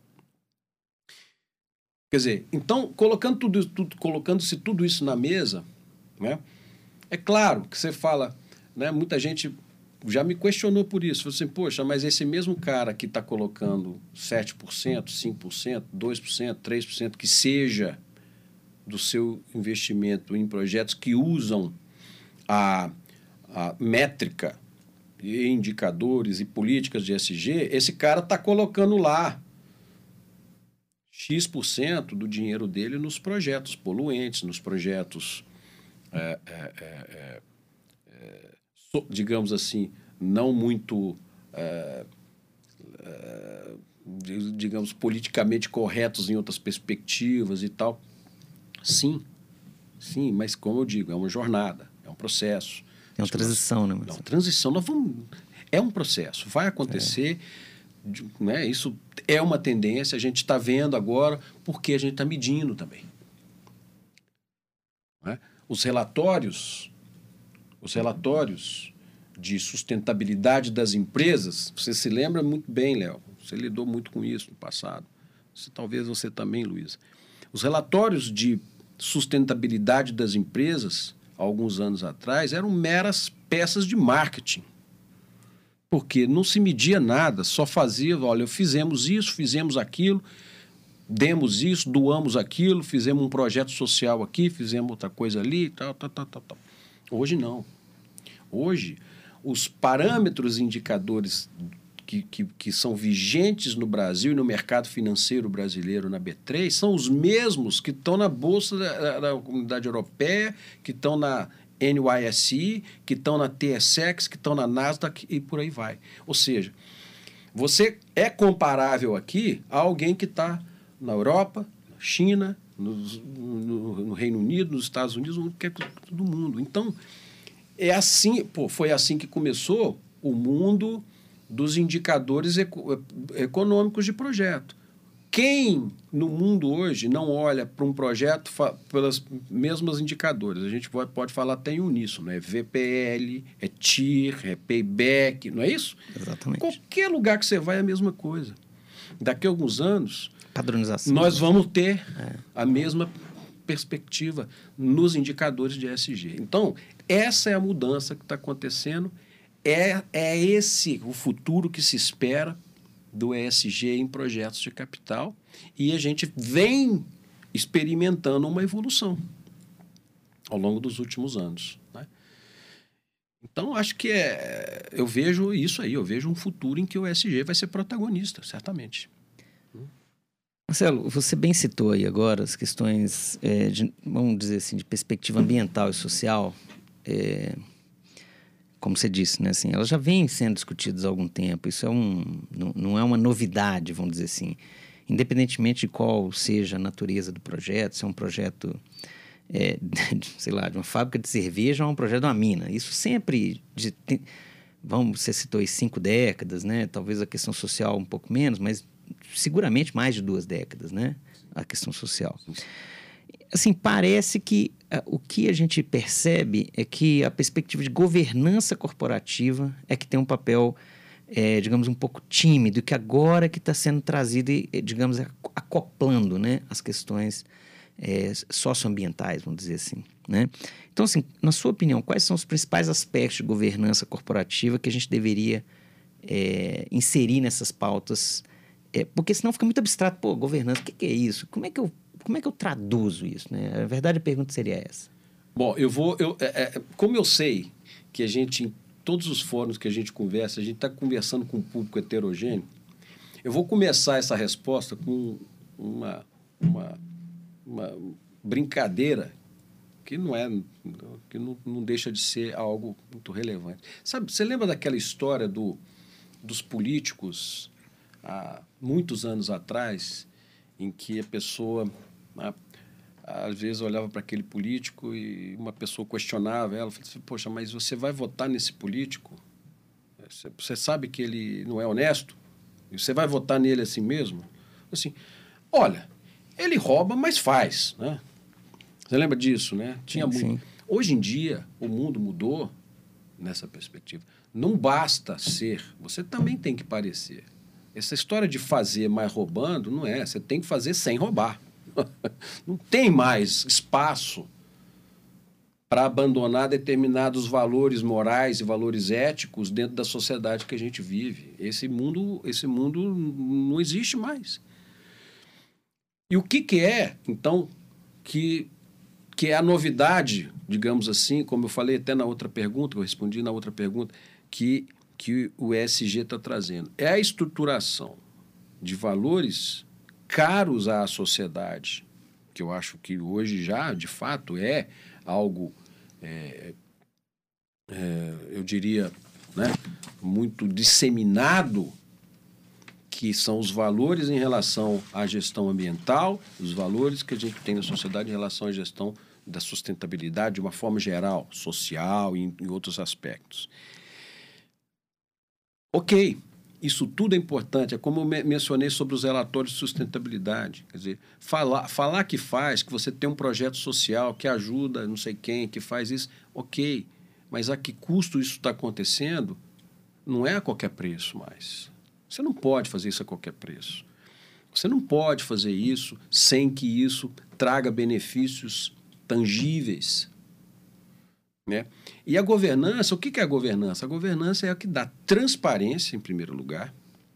Quer dizer, então, colocando tudo, tudo, colocando-se tudo isso na mesa, né, é claro que você fala, né, muita gente já me questionou por isso. Falei assim, poxa, mas esse mesmo cara que está colocando sete por cento, cinco por cento, dois por cento, três por cento, que seja do seu investimento em projetos que usam a, a métrica e indicadores e políticas de E S G, esse cara está colocando lá X por cento do dinheiro dele nos projetos poluentes, nos projetos, é, é, é, é, so, digamos assim, não muito, é, é, digamos, politicamente corretos em outras perspectivas e tal. Sim, sim, mas como eu digo, é uma jornada, é um processo. É uma transição, né? Mas... É uma transição, nós vamos... É um processo, vai acontecer, é. Né? Isso é uma tendência, a gente está vendo agora, porque a gente está medindo também. Né? Os relatórios, os relatórios de sustentabilidade das empresas, você se lembra muito bem, Léo, você lidou muito com isso no passado, você, talvez você também, Luísa. Os relatórios de sustentabilidade das empresas, há alguns anos atrás, eram meras peças de marketing. Porque não se media nada, só fazia, olha, fizemos isso, fizemos aquilo, demos isso, doamos aquilo, fizemos um projeto social aqui, fizemos outra coisa ali, tal, tal, tal, tal, tal. Hoje não. Hoje, os parâmetros indicadores que, que, que são vigentes no Brasil e no mercado financeiro brasileiro, na B três, são os mesmos que estão na Bolsa da, da Comunidade Europeia, que estão na N Y S E, que estão na T S X, que estão na Nasdaq e por aí vai. Ou seja, você é comparável aqui a alguém que está na Europa, na China, no, no, no Reino Unido, nos Estados Unidos, no que é todo mundo. Então, é assim, pô, foi assim que começou o mundo dos indicadores eco, econômicos de projeto. Quem no mundo hoje não olha para um projeto pelos mesmos indicadores? A gente pode, pode falar até em uníssono, é V P L, é T I R, é Payback, não é isso? Exatamente. Qualquer lugar que você vai é a mesma coisa. Daqui a alguns anos, padronização, nós vamos ter é. a mesma perspectiva nos indicadores de E S G. Então, essa é a mudança que está acontecendo. É, é esse o futuro que se espera do E S G em projetos de capital, e a gente vem experimentando uma evolução ao longo dos últimos anos. Né? Então, acho que é, eu vejo isso aí, eu vejo um futuro em que o E S G vai ser protagonista, certamente. Marcelo, você bem citou aí agora as questões, é, de, vamos dizer assim, de perspectiva ambiental e social. É, como você disse, né, assim, elas já vêm sendo discutidas há algum tempo. Isso é um, não, não é uma novidade, vamos dizer assim. Independentemente de qual seja a natureza do projeto, se é um projeto, é, de, sei lá, de uma fábrica de cerveja ou um projeto de uma mina. Isso sempre... De, tem, vamos, você citou aí cinco décadas, né? Talvez a questão social um pouco menos, mas seguramente mais de duas décadas, né? A questão social. Assim, parece que uh, o que a gente percebe é que a perspectiva de governança corporativa é que tem um papel, é, digamos, um pouco tímido, que agora que está sendo trazido e, digamos, acoplando, né, as questões é, socioambientais, vamos dizer assim, né? Então, assim, na sua opinião, quais são os principais aspectos de governança corporativa que a gente deveria é, inserir nessas pautas? É, porque senão fica muito abstrato. Pô, governança, o que, que é isso? Como é que eu Como é que eu traduzo isso, né? A verdade, a pergunta seria essa. Bom, eu vou... Eu, é, é, como eu sei que a gente, em todos os fóruns que a gente conversa, a gente está conversando com um público heterogêneo, eu vou começar essa resposta com uma, uma, uma brincadeira que não é, que não, não deixa de ser algo muito relevante. Sabe, você lembra daquela história do, dos políticos, há muitos anos atrás, em que a pessoa, né, às vezes, olhava para aquele político e uma pessoa questionava ela, falava assim, poxa, mas você vai votar nesse político? Você, você sabe que ele não é honesto? E você vai votar nele assim mesmo? Assim, olha, ele rouba, mas faz, né? Você lembra disso, né? Tinha sim, muito. sim. Hoje em dia, o mundo mudou nessa perspectiva. Não basta ser, você também tem que parecer. Essa história de fazer mais roubando, não é. Você tem que fazer sem roubar. Não tem mais espaço para abandonar determinados valores morais e valores éticos dentro da sociedade que a gente vive. Esse mundo, esse mundo não existe mais. E o que, que é, então, que, que é a novidade, digamos assim, como eu falei até na outra pergunta, eu respondi na outra pergunta, que... que o E S G está trazendo. É a estruturação de valores caros à sociedade, que eu acho que hoje já, de fato, é algo, é, é, eu diria, né, muito disseminado, que são os valores em relação à gestão ambiental, os valores que a gente tem na sociedade em relação à gestão da sustentabilidade, de uma forma geral, social e em, em outros aspectos. Ok, isso tudo é importante, é como eu me mencionei sobre os relatórios de sustentabilidade, quer dizer, falar, falar que faz, que você tem um projeto social que ajuda não sei quem, que faz isso, ok, mas a que custo isso está acontecendo, não é a qualquer preço mais. Você não pode fazer isso a qualquer preço. Você não pode fazer isso sem que isso traga benefícios tangíveis, né? E a governança, o que é a governança? A governança é a que dá transparência, em primeiro lugar,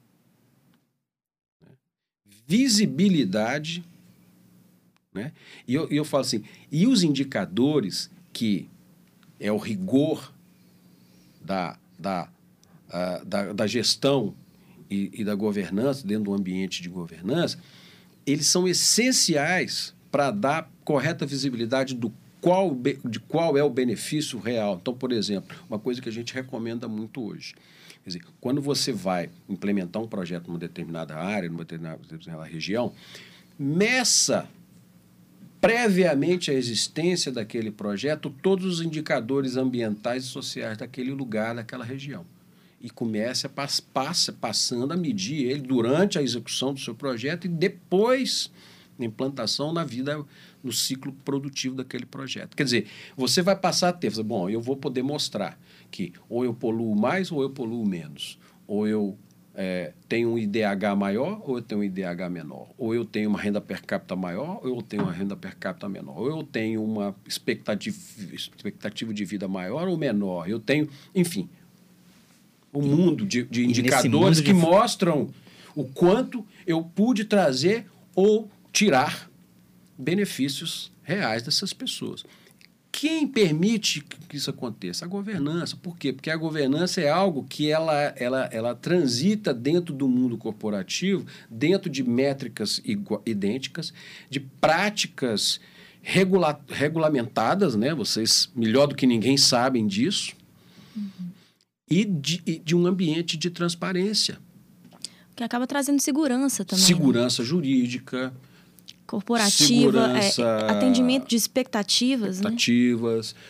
né? Visibilidade, né? E eu, eu falo assim, e os indicadores, que é o rigor da, da, uh, da, da gestão e, e da governança, dentro do ambiente de governança, eles são essenciais para dar correta visibilidade do Qual, de qual é o benefício real. Então, por exemplo, uma coisa que a gente recomenda muito hoje. Quer dizer, quando você vai implementar um projeto numa determinada área, numa determinada região, meça previamente a existência daquele projeto todos os indicadores ambientais e sociais daquele lugar, daquela região. E comece a pass passe, passando a medir ele durante a execução do seu projeto e depois na implantação na vida, no ciclo produtivo daquele projeto. Quer dizer, você vai passar a ter, bom, eu vou poder mostrar que ou eu poluo mais ou eu poluo menos, ou eu é, tenho um I D H maior ou eu tenho um I D H menor, ou eu tenho uma renda per capita maior ou eu tenho uma renda per capita menor, ou eu tenho uma expectativa, expectativa de vida maior ou menor, eu tenho, enfim, um mundo de, de indicadores mundo que de... mostram o quanto eu pude trazer ou tirar benefícios reais dessas pessoas. Quem permite que isso aconteça? A governança. Por quê? Porque a governança é algo que ela, ela, ela transita dentro do mundo corporativo, dentro de métricas idênticas, de práticas regula regulamentadas, né? Vocês, melhor do que ninguém, sabem disso, uhum. e, de, e de um ambiente de transparência. Que acaba trazendo segurança também. Segurança, né? Jurídica, corporativa, é, atendimento de expectativas. Expectativas,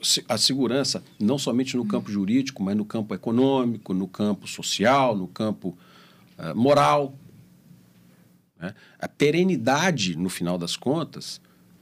a segurança não somente no campo jurídico, mas no campo econômico, no campo social, no campo uh, moral. Né? A perenidade, no final das contas,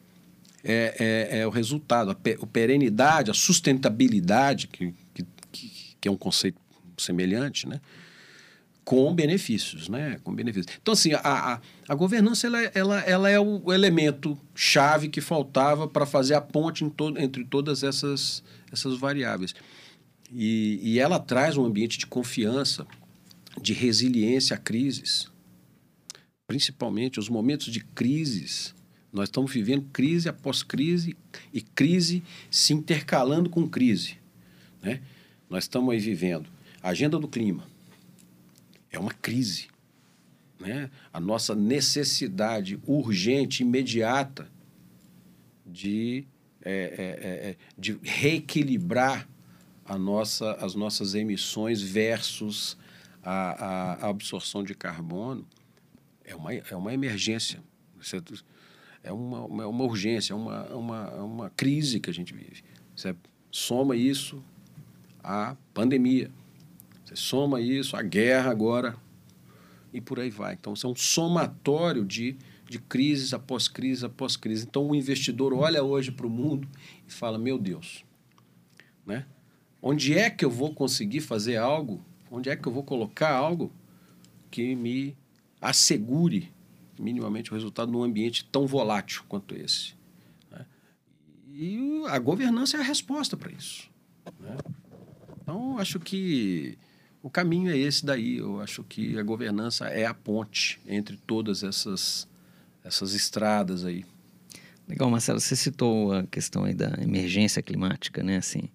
é, é, é o resultado. A, pe, a perenidade, a sustentabilidade, que, que, que é um conceito semelhante, né? Com benefícios, né? Com benefícios. Então, assim, a, a, a governança ela, ela, ela é o elemento chave que faltava para fazer a ponte em to, entre todas essas, essas variáveis. E, e ela traz um ambiente de confiança, de resiliência a crises. Principalmente os momentos de crises. Nós estamos vivendo crise após crise e crise se intercalando com crise. Né? Nós estamos aí vivendo a agenda do clima. É uma crise, né? A nossa necessidade urgente, imediata de, é, é, é, de reequilibrar a nossa, as nossas emissões versus a, a absorção de carbono é uma, é uma emergência, é uma, uma, uma urgência, é uma, uma, uma crise que a gente vive. Você soma isso à pandemia. Você soma isso, a guerra agora, e por aí vai. Então, isso é um somatório de, de crises após crise após crise. Então, o investidor olha hoje para o mundo e fala, meu Deus, né? Onde é que eu vou conseguir fazer algo? Onde é que eu vou colocar algo que me assegure minimamente o resultado num ambiente tão volátil quanto esse? Né? E a governança é a resposta para isso. Né? Então, acho que o caminho é esse daí. Eu acho que a governança é a ponte entre todas essas, essas estradas aí. Legal, Marcelo, você citou a questão aí da emergência climática, né? Assim,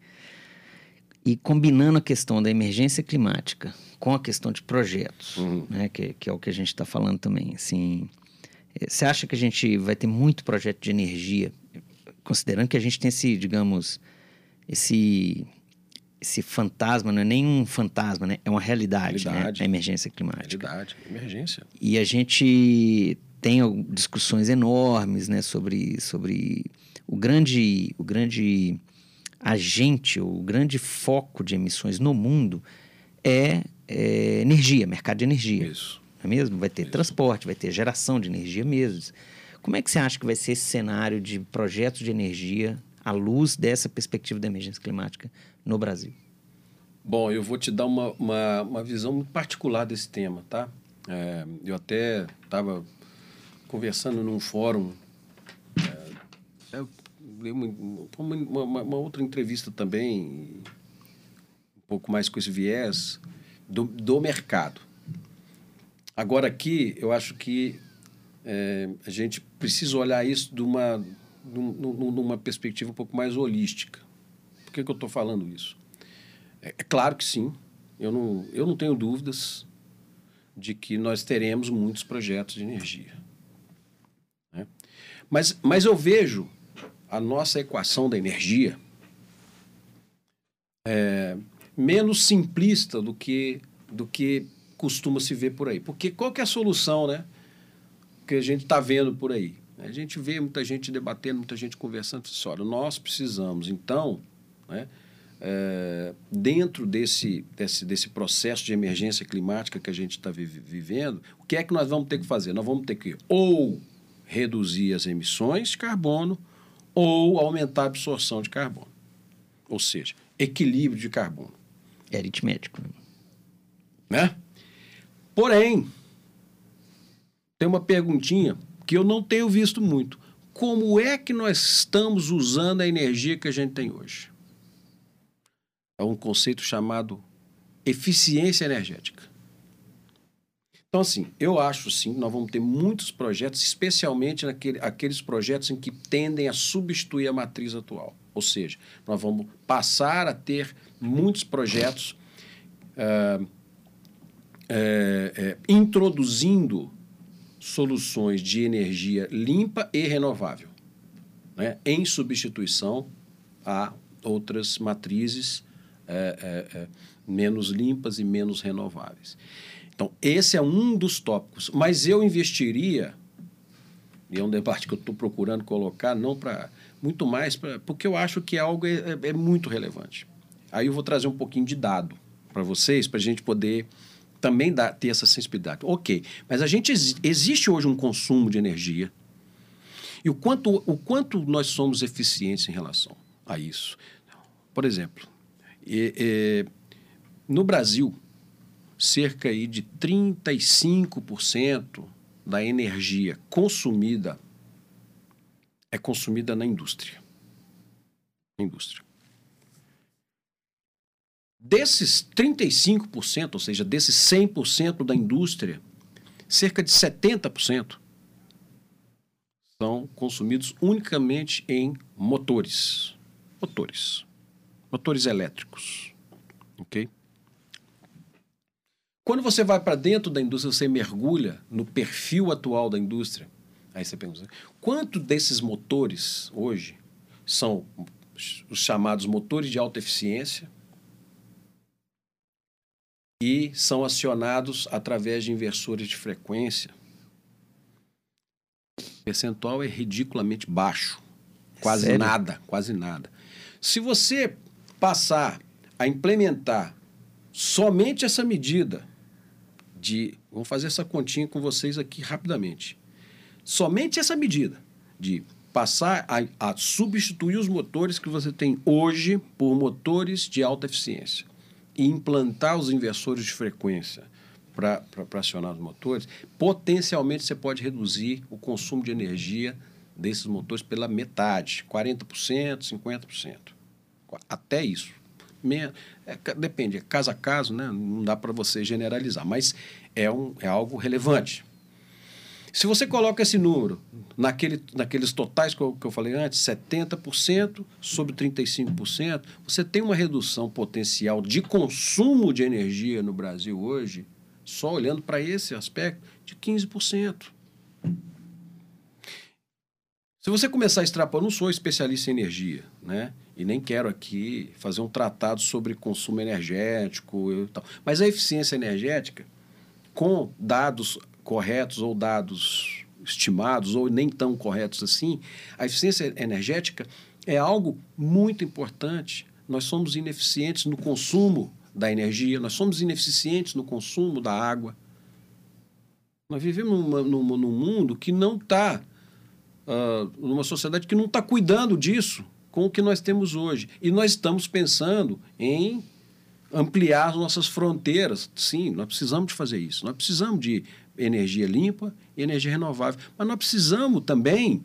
e combinando a questão da emergência climática com a questão de projetos, uhum. né? Que, que é o que a gente está falando também. Assim, você acha que a gente vai ter muito projeto de energia, considerando que a gente tem esse, digamos, esse... esse fantasma não é nem um fantasma, né? É uma realidade, realidade. Né? A emergência climática. Realidade, emergência. E a gente tem discussões enormes, né? Sobre, sobre o grande, o grande agente, o grande foco de emissões no mundo é, é energia, mercado de energia. Isso. Não é mesmo? Vai ter Isso. transporte, vai ter geração de energia mesmo. Como é que você acha que vai ser esse cenário de projetos de energia à luz dessa perspectiva da emergência climática no Brasil? Bom, eu vou te dar uma, uma, uma visão muito particular desse tema, tá? É, eu até estava conversando num fórum, é, eu dei uma, uma, uma, uma outra entrevista também, um pouco mais com esse viés, do, do mercado. Agora aqui, eu acho que é, a gente precisa olhar isso de uma, numa perspectiva um pouco mais holística. Por que, que eu estou falando isso? É, é claro que sim, eu não, eu não tenho dúvidas de que nós teremos muitos projetos de energia. Né? Mas, mas eu vejo a nossa equação da energia é, menos simplista do que, do que costuma se ver por aí. Porque qual que é a solução, né, que a gente está vendo por aí? A gente vê muita gente debatendo, muita gente conversando. Assim, olha, nós precisamos, então, né, é, dentro desse, desse, desse processo de emergência climática que a gente está vi- vivendo, o que é que nós vamos ter que fazer? Nós vamos ter que ou reduzir as emissões de carbono ou aumentar a absorção de carbono. Ou seja, equilíbrio de carbono. É aritmético. Né? Porém, tem uma perguntinha que eu não tenho visto muito. Como é que nós estamos usando a energia que a gente tem hoje? É um conceito chamado eficiência energética. Então, assim, eu acho, sim, que nós vamos ter muitos projetos, especialmente naquele, aqueles projetos em que tendem a substituir a matriz atual. Ou seja, nós vamos passar a ter muitos projetos uh, é, é, introduzindo soluções de energia limpa e renovável, né, em substituição a outras matrizes é, é, é, menos limpas e menos renováveis. Então, esse é um dos tópicos. Mas eu investiria, e é um debate que eu estou procurando colocar, não para muito mais, pra, porque eu acho que é algo é, é muito relevante. Aí eu vou trazer um pouquinho de dado para vocês, para a gente poder também dar, ter essa sensibilidade. Ok, mas a gente existe hoje um consumo de energia e o quanto, o quanto nós somos eficientes em relação a isso. Por exemplo, e, e, no Brasil, cerca aí de trinta e cinco por cento da energia consumida é consumida na indústria. Na indústria. Desses trinta e cinco por cento, ou seja, desses cem por cento da indústria, cerca de setenta por cento são consumidos unicamente em motores. Motores. Motores elétricos. Ok? Quando você vai para dentro da indústria, você mergulha no perfil atual da indústria, aí você pergunta, quanto desses motores hoje são os chamados motores de alta eficiência e são acionados através de inversores de frequência? O percentual é ridiculamente baixo. Quase Sério? nada, quase nada. Se você passar a implementar somente essa medida de... Vamos fazer essa continha com vocês aqui rapidamente. Somente essa medida de passar a, a substituir os motores que você tem hoje por motores de alta eficiência e implantar os inversores de frequência para acionar os motores, potencialmente você pode reduzir o consumo de energia desses motores pela metade, quarenta por cento, cinquenta por cento. Até isso. Meia, é, depende, é caso a caso, né? Não dá para você generalizar, mas é, um, é algo relevante. Se você coloca esse número naquele, naqueles totais que eu, que eu falei antes, setenta por cento sobre trinta e cinco por cento, você tem uma redução potencial de consumo de energia no Brasil hoje, só olhando para esse aspecto, de quinze por cento. Se você começar a extrapolar, eu não sou especialista em energia, né? E nem quero aqui fazer um tratado sobre consumo energético e tal. Mas a eficiência energética, com dados corretos ou dados estimados ou nem tão corretos assim, a eficiência energética é algo muito importante. Nós somos ineficientes no consumo da energia, nós somos ineficientes no consumo da água. Nós vivemos numa, numa, num mundo que não está, uh, numa sociedade que não está cuidando disso com o que nós temos hoje. E nós estamos pensando em ampliar as nossas fronteiras. Sim, nós precisamos de fazer isso. Nós precisamos de energia limpa e energia renovável. Mas nós precisamos também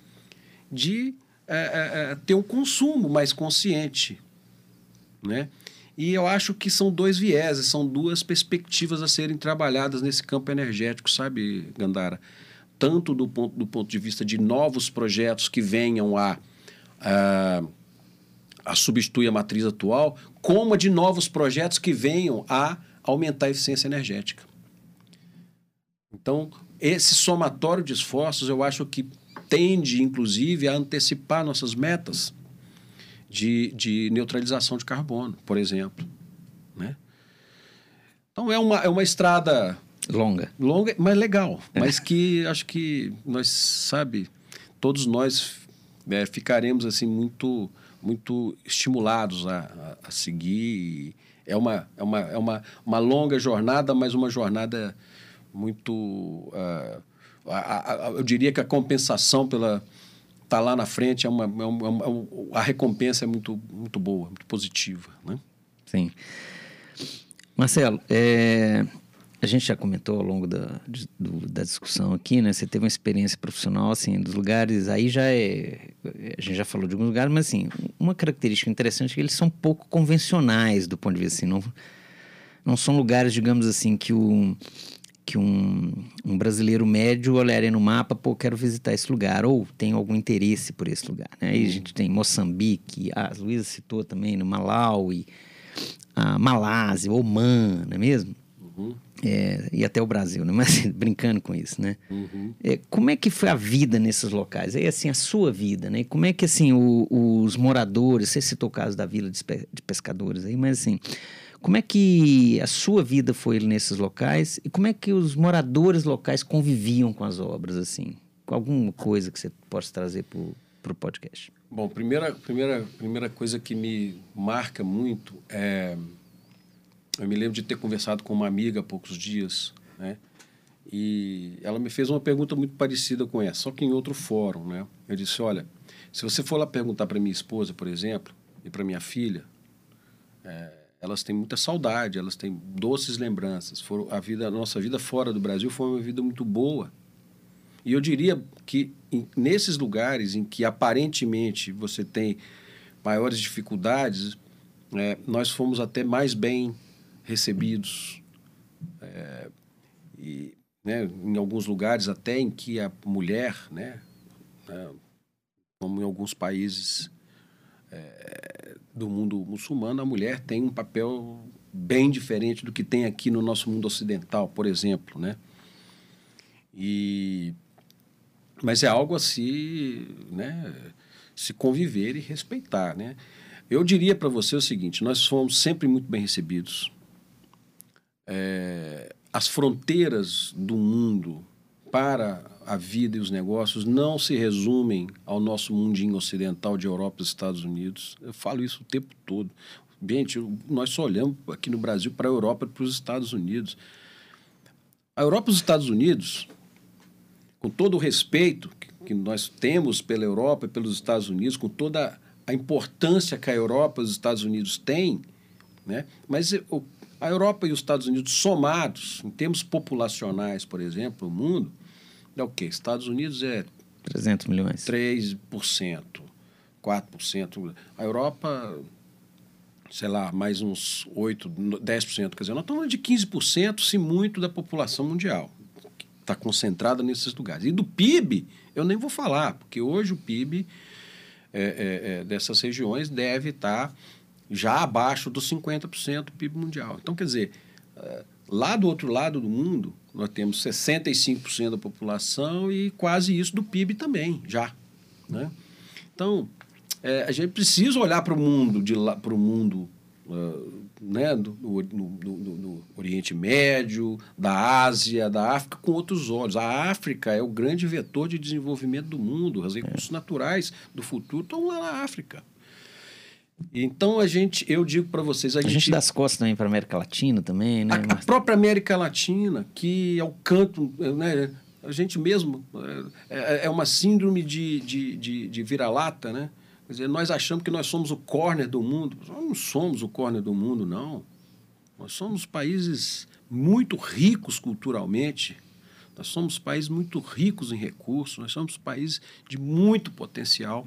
de é, é, ter um consumo mais consciente, né? E eu acho que são dois vieses, são duas perspectivas a serem trabalhadas nesse campo energético, sabe, Gandara? Tanto do ponto, do ponto de vista de novos projetos que venham a A, a substituir a matriz atual, como a de novos projetos que venham a aumentar a eficiência energética. Então, esse somatório de esforços, eu acho que tende, inclusive, a antecipar nossas metas de, de neutralização de carbono, por exemplo, né? Então, é uma, é uma estrada... Longa. Longa, mas legal. Mas que acho que nós, sabe, todos nós... É, ficaremos assim muito, muito estimulados a, a, a seguir. É, uma, é, uma, é uma, uma longa jornada, mas uma jornada muito... Uh, a, a, eu diria que a compensação pela estar lá na frente, é uma, é uma, é uma, a recompensa é muito, muito boa, muito positiva, né? Sim. Marcelo, é... a gente já comentou ao longo da, de, do, da discussão aqui, né? Você teve uma experiência profissional, assim, dos lugares, aí já é... A gente já falou de alguns lugares, mas, assim, uma característica interessante é que eles são pouco convencionais do ponto de vista, assim, não, não são lugares, digamos assim, que, o, que um, um brasileiro médio olharia no mapa, pô, quero visitar esse lugar, ou tem algum interesse por esse lugar, né? Aí a gente tem Moçambique, a Luísa citou também, no Malawi, a Malásia, Omã, não é mesmo? Uhum. É, e até o Brasil, né? Mas brincando com isso, né? Uhum. É, como é que foi a vida nesses locais? Aí, assim, a sua vida, né? E como é que, assim, o, os moradores... Você citou o caso da vila de, de pescadores aí, mas, assim... Como é que a sua vida foi nesses locais? E como é que os moradores locais conviviam com as obras, assim? Com alguma coisa que você possa trazer para o podcast? Bom, primeira, primeira, primeira coisa que me marca muito é... Eu me lembro de ter conversado com uma amiga há poucos dias, né? E ela me fez uma pergunta muito parecida com essa, só que em outro fórum, né? Eu disse, olha, se você for lá perguntar para minha esposa, por exemplo, e para minha filha, é, elas têm muita saudade, elas têm doces lembranças. Foram, a, vida, a nossa vida fora do Brasil foi uma vida muito boa. E eu diria que em, nesses lugares em que aparentemente você tem maiores dificuldades, é, nós fomos até mais bem recebidos. É, e, né, em alguns lugares até em que a mulher, né, né, como em alguns países é, do mundo muçulmano, a mulher tem um papel bem diferente do que tem aqui no nosso mundo ocidental, por exemplo, né? E, mas é algo a se, né, se conviver e respeitar, né? Eu diria para você o seguinte, nós fomos sempre muito bem recebidos. É, as fronteiras do mundo para a vida e os negócios não se resumem ao nosso mundinho ocidental de Europa e Estados Unidos. Eu falo isso o tempo todo. Gente, nós só olhamos aqui no Brasil para a Europa e para os Estados Unidos. A Europa e os Estados Unidos, com todo o respeito que nós temos pela Europa e pelos Estados Unidos, com toda a importância que a Europa e os Estados Unidos têm, né? Mas o A Europa e os Estados Unidos somados, em termos populacionais, por exemplo, o mundo, é o quê? Estados Unidos é... trezentos milhões. três por cento, quatro por cento. A Europa, sei lá, mais uns oito, dez por cento. Quer dizer, nós estamos falando de quinze por cento, se muito, da população mundial. Está concentrada nesses lugares. E do P I B, eu nem vou falar, porque hoje o P I B é, é, é, dessas regiões deve estar... já abaixo dos cinquenta por cento do P I B mundial. Então, quer dizer, lá do outro lado do mundo, nós temos sessenta e cinco por cento da população e quase isso do P I B também, já. Né? Então, é, a gente precisa olhar para o mundo, de lá, para o mundo uh, né, do, do, do, do, do Oriente Médio, da Ásia, da África, com outros olhos. A África é o grande vetor de desenvolvimento do mundo. Os recursos é. naturais do futuro estão lá na África. Então, a gente, eu digo para vocês... A, a gente, gente dá as costas também para a América Latina também, né? A, a própria América Latina, que é o canto... Né, a gente mesmo... É, é uma síndrome de, de, de, de vira-lata, né? Quer dizer, nós achamos que nós somos o corner do mundo. Nós não somos o corner do mundo, não. Nós somos países muito ricos culturalmente. Nós somos países muito ricos em recursos. Nós somos países de muito potencial.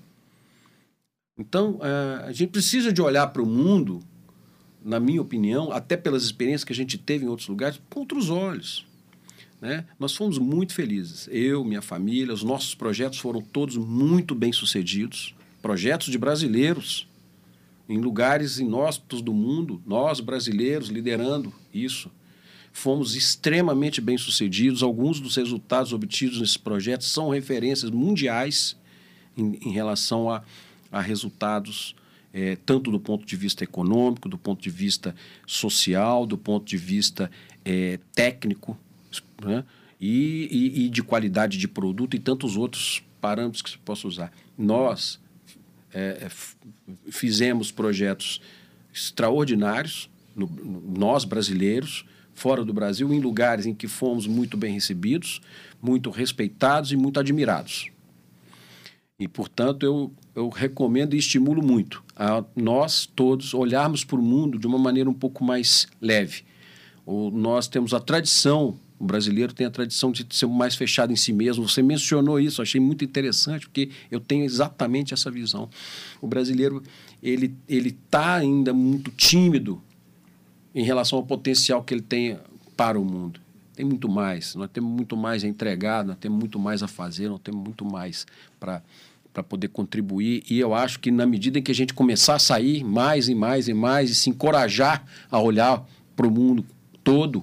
Então, a gente precisa de olhar para o mundo, na minha opinião, até pelas experiências que a gente teve em outros lugares, com outros olhos. Né? Nós fomos muito felizes. Eu, minha família, os nossos projetos foram todos muito bem-sucedidos. Projetos de brasileiros, em lugares inóspitos do mundo, nós, brasileiros, liderando isso. Fomos extremamente bem-sucedidos. Alguns dos resultados obtidos nesses projetos são referências mundiais em, em relação a... a resultados, é, tanto do ponto de vista econômico, do ponto de vista social, do ponto de vista é, técnico, né? e, e, e de qualidade de produto e tantos outros parâmetros que se possa usar. Nós é, fizemos projetos extraordinários, no, no, nós brasileiros, fora do Brasil, em lugares em que fomos muito bem recebidos, muito respeitados e muito admirados. E, portanto, eu, eu recomendo e estimulo muito a nós todos olharmos para o mundo de uma maneira um pouco mais leve. O, nós temos a tradição, o brasileiro tem a tradição de ser mais fechado em si mesmo. Você mencionou isso, achei muito interessante, porque eu tenho exatamente essa visão. O brasileiro ele ele está ainda muito tímido em relação ao potencial que ele tem para o mundo. Tem muito mais, nós temos muito mais a entregar, nós temos muito mais a fazer, nós temos muito mais para para poder contribuir. E eu acho que na medida em que a gente começar a sair mais e mais e mais e se encorajar a olhar para o mundo todo,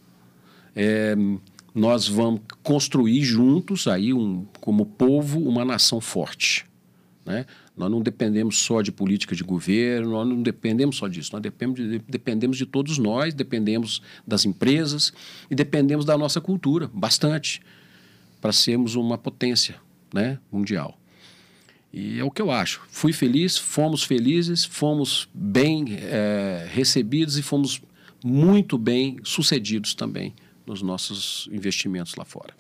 é, nós vamos construir juntos, aí um, como povo, uma nação forte. Né? Nós não dependemos só de política de governo, nós não dependemos só disso, nós dependemos de, dependemos de todos nós, dependemos das empresas e dependemos da nossa cultura, bastante, para sermos uma potência, né, mundial. E é o que eu acho. Fui feliz, fomos felizes, fomos bem é, recebidos e fomos muito bem sucedidos também nos nossos investimentos lá fora.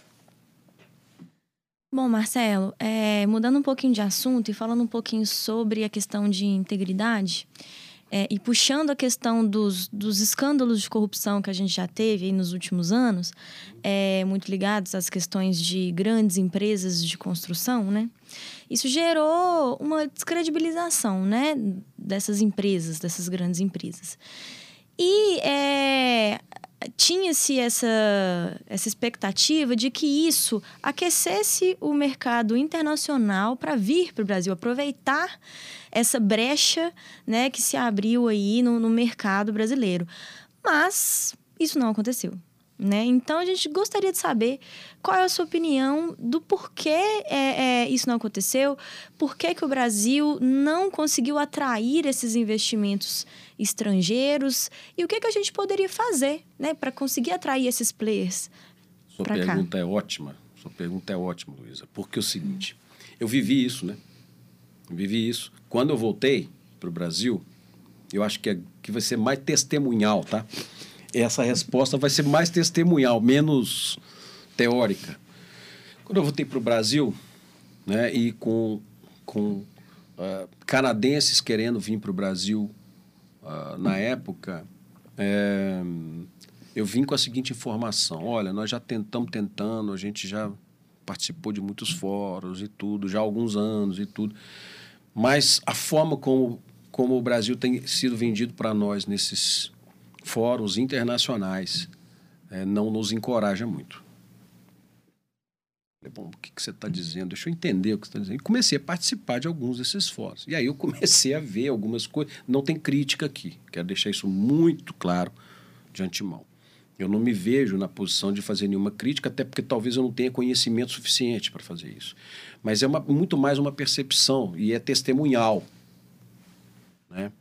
Bom, Marcelo, é, mudando um pouquinho de assunto e falando um pouquinho sobre a questão de integridade, é, e puxando a questão dos, dos escândalos de corrupção que a gente já teve aí nos últimos anos, é, muito ligados às questões de grandes empresas de construção, né? Isso gerou uma descredibilização, né, dessas empresas, dessas grandes empresas. E é, tinha-se essa, essa expectativa de que isso aquecesse o mercado internacional para vir para o Brasil, aproveitar essa brecha, né, que se abriu aí no, no mercado brasileiro. Mas isso não aconteceu, né? Então, a gente gostaria de saber qual é a sua opinião do porquê é, é, isso não aconteceu, por que que o Brasil não conseguiu atrair esses investimentos estrangeiros e o que que a gente poderia fazer, né, para conseguir atrair esses players para cá. Sua pergunta é ótima, sua pergunta é ótima, Luísa, porque é o seguinte, eu vivi isso, né? Eu vivi isso. Quando eu voltei para o Brasil, eu acho que, é, que vai ser mais testemunhal, tá? Essa resposta vai ser mais testemunhal, menos teórica. Quando eu voltei para o Brasil, né, e com, com uh, canadenses querendo vir para o Brasil uh, na época, é, eu vim com a seguinte informação: olha, nós já tentamos tentando, a gente já participou de muitos fóruns e tudo, já há alguns anos e tudo, mas a forma como, como o Brasil tem sido vendido para nós nesses fóruns internacionais é, não nos encoraja muito. Falei, bom, o que, que você está dizendo? Deixa eu entender o que você está dizendo. E comecei a participar de alguns desses fóruns. E aí eu comecei a ver algumas coisas. Não tem crítica aqui. Quero deixar isso muito claro de antemão. Eu não me vejo na posição de fazer nenhuma crítica, até porque talvez eu não tenha conhecimento suficiente para fazer isso. Mas é uma, muito mais uma percepção e é testemunhal, né?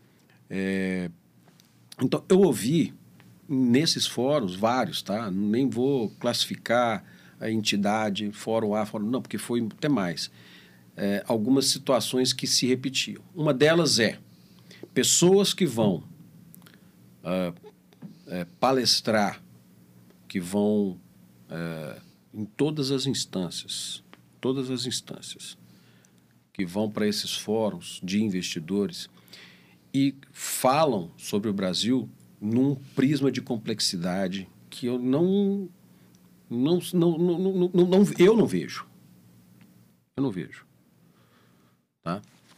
É, então, eu ouvi nesses fóruns, vários, tá? Nem vou classificar a entidade, fórum A, fórum... Não, porque foi até mais. É, algumas situações que se repetiam. Uma delas é pessoas que vão uh, é, palestrar, que vão é, em todas as instâncias, todas as instâncias, que vão para esses fóruns de investidores e falam sobre o Brasil num prisma de complexidade que eu não, não, não, não, não, não, não eu não vejo. Eu não vejo. Tá?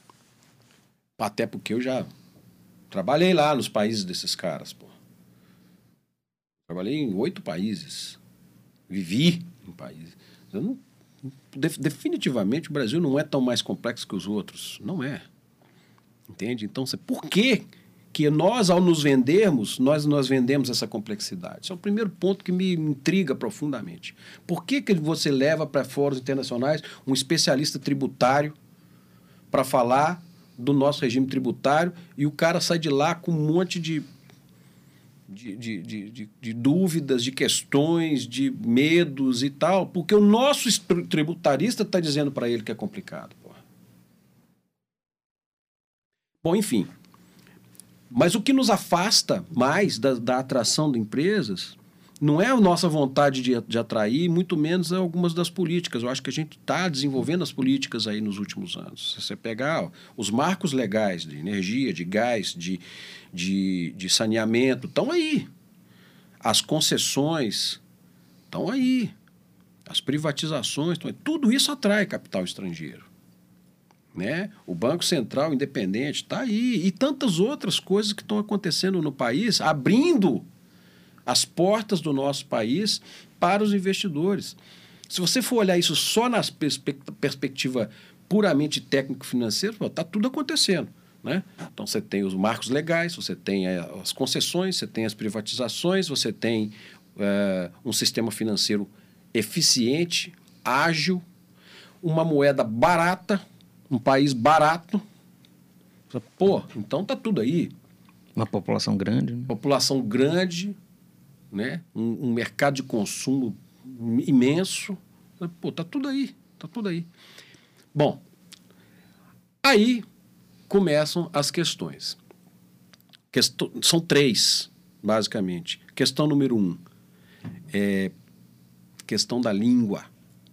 Até porque eu já trabalhei lá nos países desses caras, pô. Trabalhei em oito países. Vivi em países. Eu não, definitivamente o Brasil não é tão mais complexo que os outros. Não é. Entende? Então, por que que nós, ao nos vendermos, nós, nós vendemos essa complexidade? Esse é o primeiro ponto que me intriga profundamente. Por que que você leva para fóruns internacionais um especialista tributário para falar do nosso regime tributário e o cara sai de lá com um monte de, de, de, de, de, de dúvidas, de questões, de medos e tal, porque o nosso tributarista está dizendo para ele que é complicado. Bom, enfim, mas o que nos afasta mais da, da atração de empresas não é a nossa vontade de, de atrair, muito menos algumas das políticas. Eu acho que a gente está desenvolvendo as políticas aí nos últimos anos. Se você pegar ó, os marcos legais de energia, de gás, de, de, de saneamento, estão aí. As concessões estão aí. As privatizações estão aí. Tudo isso atrai capital estrangeiro. Né? O Banco Central Independente está aí, e tantas outras coisas que estão acontecendo no país, abrindo as portas do nosso país para os investidores. Se você for olhar isso só na perspe- perspectiva puramente técnico-financeira, está tudo acontecendo. Né? Então, você tem os marcos legais, você tem as concessões, você tem as privatizações, você tem uh, um sistema financeiro eficiente, ágil, uma moeda barata, um país barato. Pô, então tá tudo aí. Uma população grande. Né? População grande, né? Um, um mercado de consumo imenso. Pô, tá tudo aí. Tá tudo aí. Bom, Aí começam as questões. Questo- são três, basicamente. Questão número um, é questão da língua.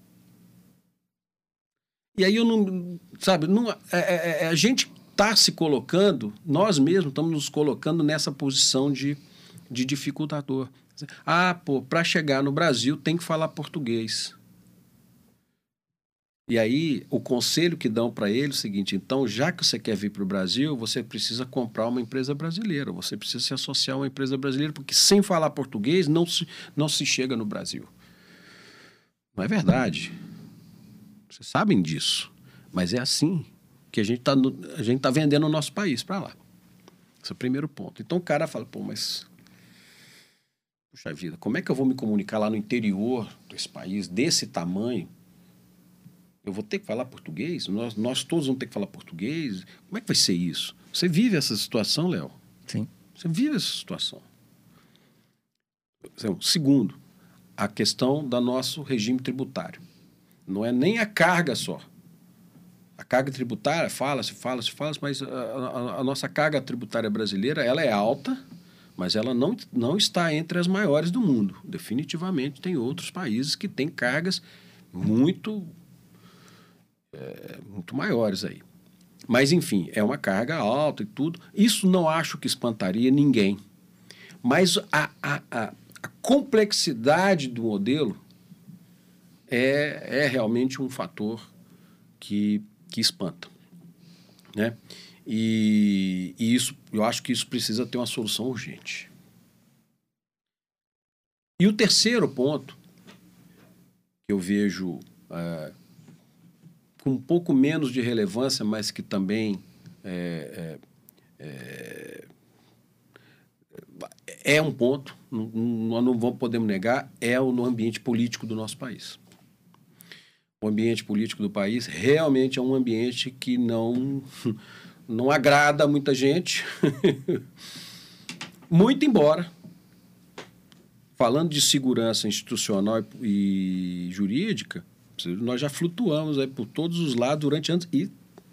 E aí eu não, sabe, não, é, é, a gente está se colocando, nós mesmos estamos nos colocando nessa posição de, de dificultador. Ah, pô, para chegar no Brasil tem que falar português. E aí, o conselho que dão para ele é o seguinte, então, já que você quer vir para o Brasil, você precisa comprar uma empresa brasileira, você precisa se associar a uma empresa brasileira, porque sem falar português não se, não se chega no Brasil. Não é verdade. Vocês sabem disso. Mas é assim que a gente está a gente tá vendendo o nosso país para lá. Esse é o primeiro ponto. Então, o cara fala, pô, mas... Puxa vida, como é que eu vou me comunicar lá no interior desse país, desse tamanho? Eu vou ter que falar português? Nós, nós todos vamos ter que falar português? Como é que vai ser isso? Você vive essa situação, Léo? Sim. Você vive essa situação. Segundo, a questão do nosso regime tributário. Não é nem a carga só. A carga tributária, fala-se, fala-se, fala-se, mas a, a, a nossa carga tributária brasileira, ela é alta, mas ela não, não está entre as maiores do mundo. Definitivamente tem outros países que têm cargas muito... É, muito maiores aí. Mas, enfim, é uma carga alta e tudo. Isso não acho que espantaria ninguém. Mas a, a, a, a complexidade do modelo é, é realmente um fator que, que espanta. Né? E, e isso, eu acho que isso precisa ter uma solução urgente. E o terceiro ponto que eu vejo... Uh, com um pouco menos de relevância, mas que também é, é, é, é um ponto, não, nós não vamos, podemos negar, é o, no ambiente político do nosso país. O ambiente político do país realmente é um ambiente que não, não agrada a muita gente, muito embora, falando de segurança institucional e, e jurídica, nós já flutuamos aí por todos os lados durante anos e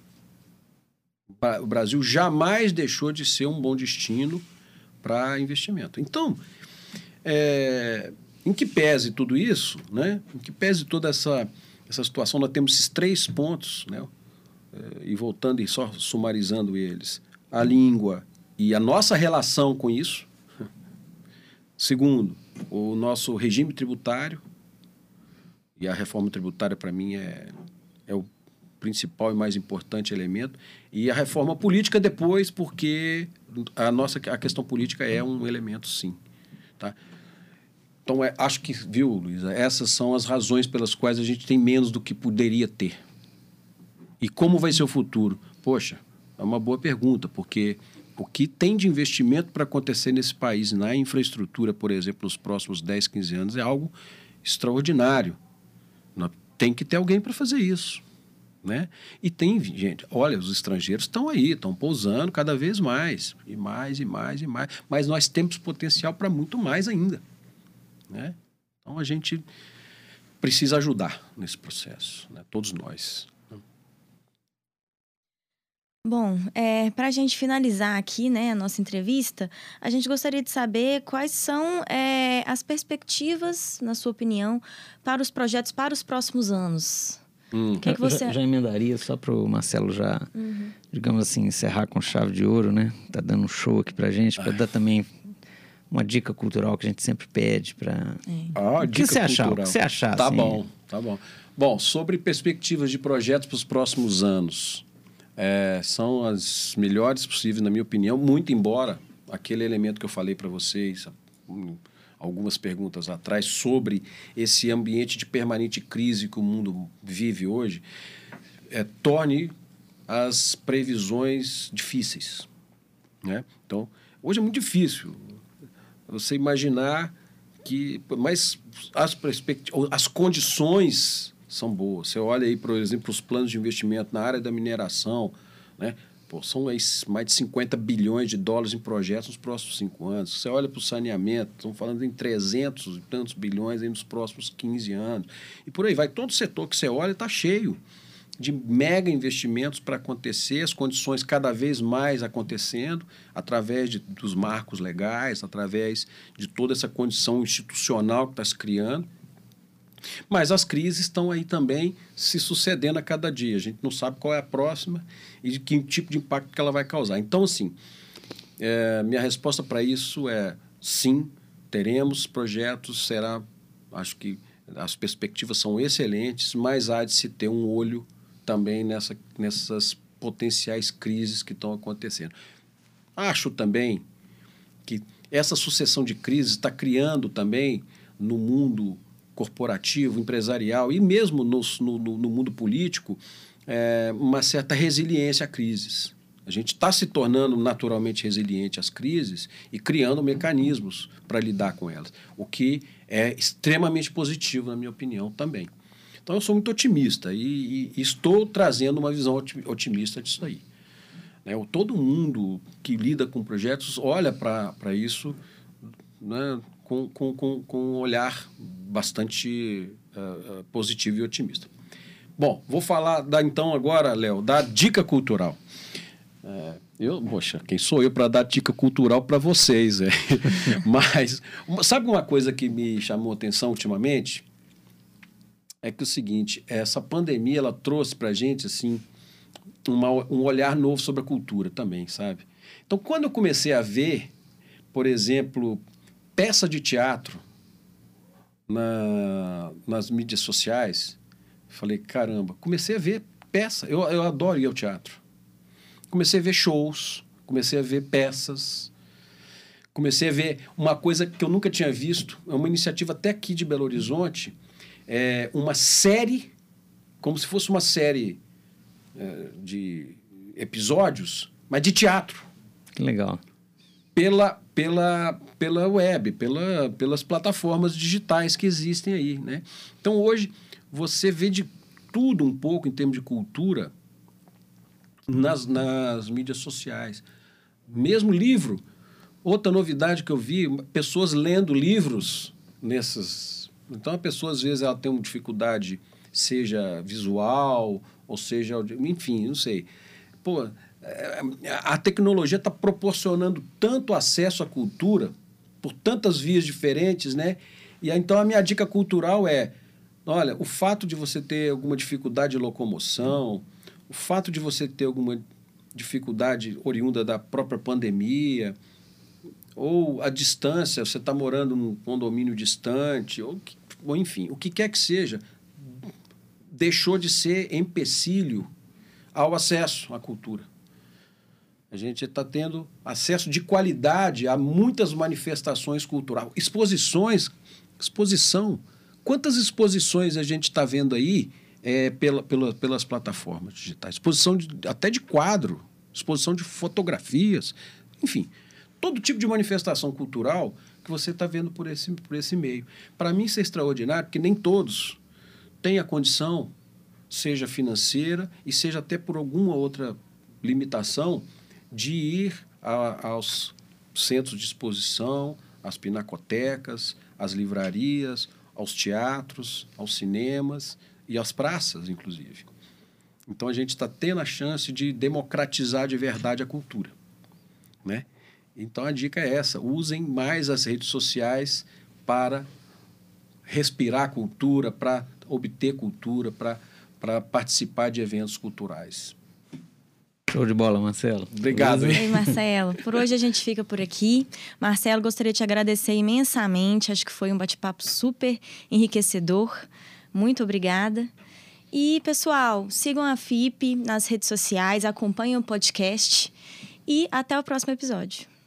o Brasil jamais deixou de ser um bom destino para investimento. Então, é, em que pese tudo isso, né? Em que pese toda essa, essa situação, nós temos esses três pontos, né? É, e voltando e só sumarizando eles, a língua e a nossa relação com isso. Segundo, o nosso regime tributário. E a reforma tributária, para mim, é, é o principal e mais importante elemento. E a reforma política depois, porque a, nossa, a questão política é um elemento, sim. Tá? Então, é, acho que, viu, Luísa, essas são as razões pelas quais a gente tem menos do que poderia ter. E como vai ser o futuro? Poxa, é uma boa pergunta, porque o que tem de investimento para acontecer nesse país, na infraestrutura, por exemplo, nos próximos dez, quinze anos, é algo extraordinário. Tem que ter alguém para fazer isso, né? E tem, gente, olha, os estrangeiros estão aí, estão pousando cada vez mais, e mais, e mais, e mais, mas nós temos potencial para muito mais ainda, né? Então, a gente precisa ajudar nesse processo, né? Todos nós. Bom, é, para a gente finalizar aqui, né, a nossa entrevista, a gente gostaria de saber quais são é, as perspectivas, na sua opinião, para os projetos para os próximos anos. Hum. Que que você... já, já emendaria só para o Marcelo já, uhum. digamos assim, encerrar com chave de ouro, né? Tá dando um show aqui para a gente, para dar também uma dica cultural que a gente sempre pede para... É. Ah, o que você achar? O que você achar? Tá assim? bom, tá bom. Bom, sobre perspectivas de projetos para os próximos anos... É, são as melhores possíveis, na minha opinião, muito embora aquele elemento que eu falei para vocês um, algumas perguntas atrás sobre esse ambiente de permanente crise que o mundo vive hoje, é, torne as previsões difíceis, né? Então, hoje é muito difícil você imaginar que... Mas as, perspectivas, as condições... são boas. Você olha aí, por exemplo, os planos de investimento na área da mineração, né? Pô, são aí mais de cinquenta bilhões de dólares em projetos nos próximos cinco anos. Você olha para o saneamento, estão falando em trezentos e tantos bilhões aí nos próximos quinze anos. E por aí vai. Todo setor que você olha está cheio de mega investimentos para acontecer, as condições cada vez mais acontecendo, através de, dos marcos legais, através de toda essa condição institucional que está se criando. Mas as crises estão aí também se sucedendo a cada dia. A gente não sabe qual é a próxima e de que tipo de impacto que ela vai causar. Então, assim, é, minha resposta para isso é sim, teremos projetos, será, acho que as perspectivas são excelentes, mas há de se ter um olho também nessa, nessas potenciais crises que estão acontecendo. Acho também que essa sucessão de crises está criando também no mundo corporativo, empresarial e mesmo no, no, no mundo político é, uma certa resiliência a crises. A gente está se tornando naturalmente resiliente às crises e criando mecanismos para lidar com elas, o que é extremamente positivo, na minha opinião, também. Então, eu sou muito otimista e, e estou trazendo uma visão otimista disso aí. Né? Todo mundo que lida com projetos olha para isso, né, com, com, com, com um olhar bastante uh, positivo e otimista. Bom, vou falar da, então agora, Léo, da dica cultural. É, eu, poxa, quem sou eu para dar dica cultural para vocês? É. Mas, sabe uma coisa que me chamou a atenção ultimamente? É que é o seguinte, essa pandemia, ela trouxe para a gente, assim, uma, um olhar novo sobre a cultura também, sabe? Então, quando eu comecei a ver, por exemplo, peça de teatro na, nas mídias sociais, falei, caramba, comecei a ver peça, eu, eu adoro ir ao teatro. Comecei a ver shows, comecei a ver peças, comecei a ver uma coisa que eu nunca tinha visto, é uma iniciativa até aqui de Belo Horizonte, é uma série, como se fosse uma série é, de episódios, mas de teatro. Que legal. Pela, pela, pela web, pela, pelas plataformas digitais que existem aí, né? Então, hoje, você vê de tudo um pouco em termos de cultura nas, nas mídias sociais. Mesmo livro. Outra novidade que eu vi, pessoas lendo livros nessas... Então, a pessoa, às vezes, ela tem uma dificuldade, seja visual, ou seja... Enfim, não sei. Pô, a tecnologia está proporcionando tanto acesso à cultura, por tantas vias diferentes, né? E então, a minha dica cultural é... Olha, o fato de você ter alguma dificuldade de locomoção, o fato de você ter alguma dificuldade oriunda da própria pandemia, ou a distância, você está morando num condomínio distante, ou, ou enfim, o que quer que seja, deixou de ser empecilho ao acesso à cultura. A gente está tendo acesso de qualidade a muitas manifestações culturais. Exposições, exposição. Quantas exposições a gente está vendo aí é, pela, pela, pelas plataformas digitais? Exposição de, até de quadro, exposição de fotografias, enfim, todo tipo de manifestação cultural que você está vendo por esse, por esse meio. Para mim, isso é extraordinário, porque nem todos têm a condição, seja financeira e seja até por alguma outra limitação, de ir a, aos centros de exposição, às pinacotecas, às livrarias, aos teatros, aos cinemas e às praças, inclusive. Então, a gente está tendo a chance de democratizar de verdade a cultura, né? Então, a dica é essa. Usem mais as redes sociais para respirar cultura, para obter cultura, para, para participar de eventos culturais. Show de bola, Marcelo. Obrigado. Oi, Marcelo. Por hoje a gente fica por aqui. Marcelo, gostaria de te agradecer imensamente. Acho que foi um bate-papo super enriquecedor. Muito obrigada. E, pessoal, sigam a F I P nas redes sociais, acompanhem o podcast e até o próximo episódio.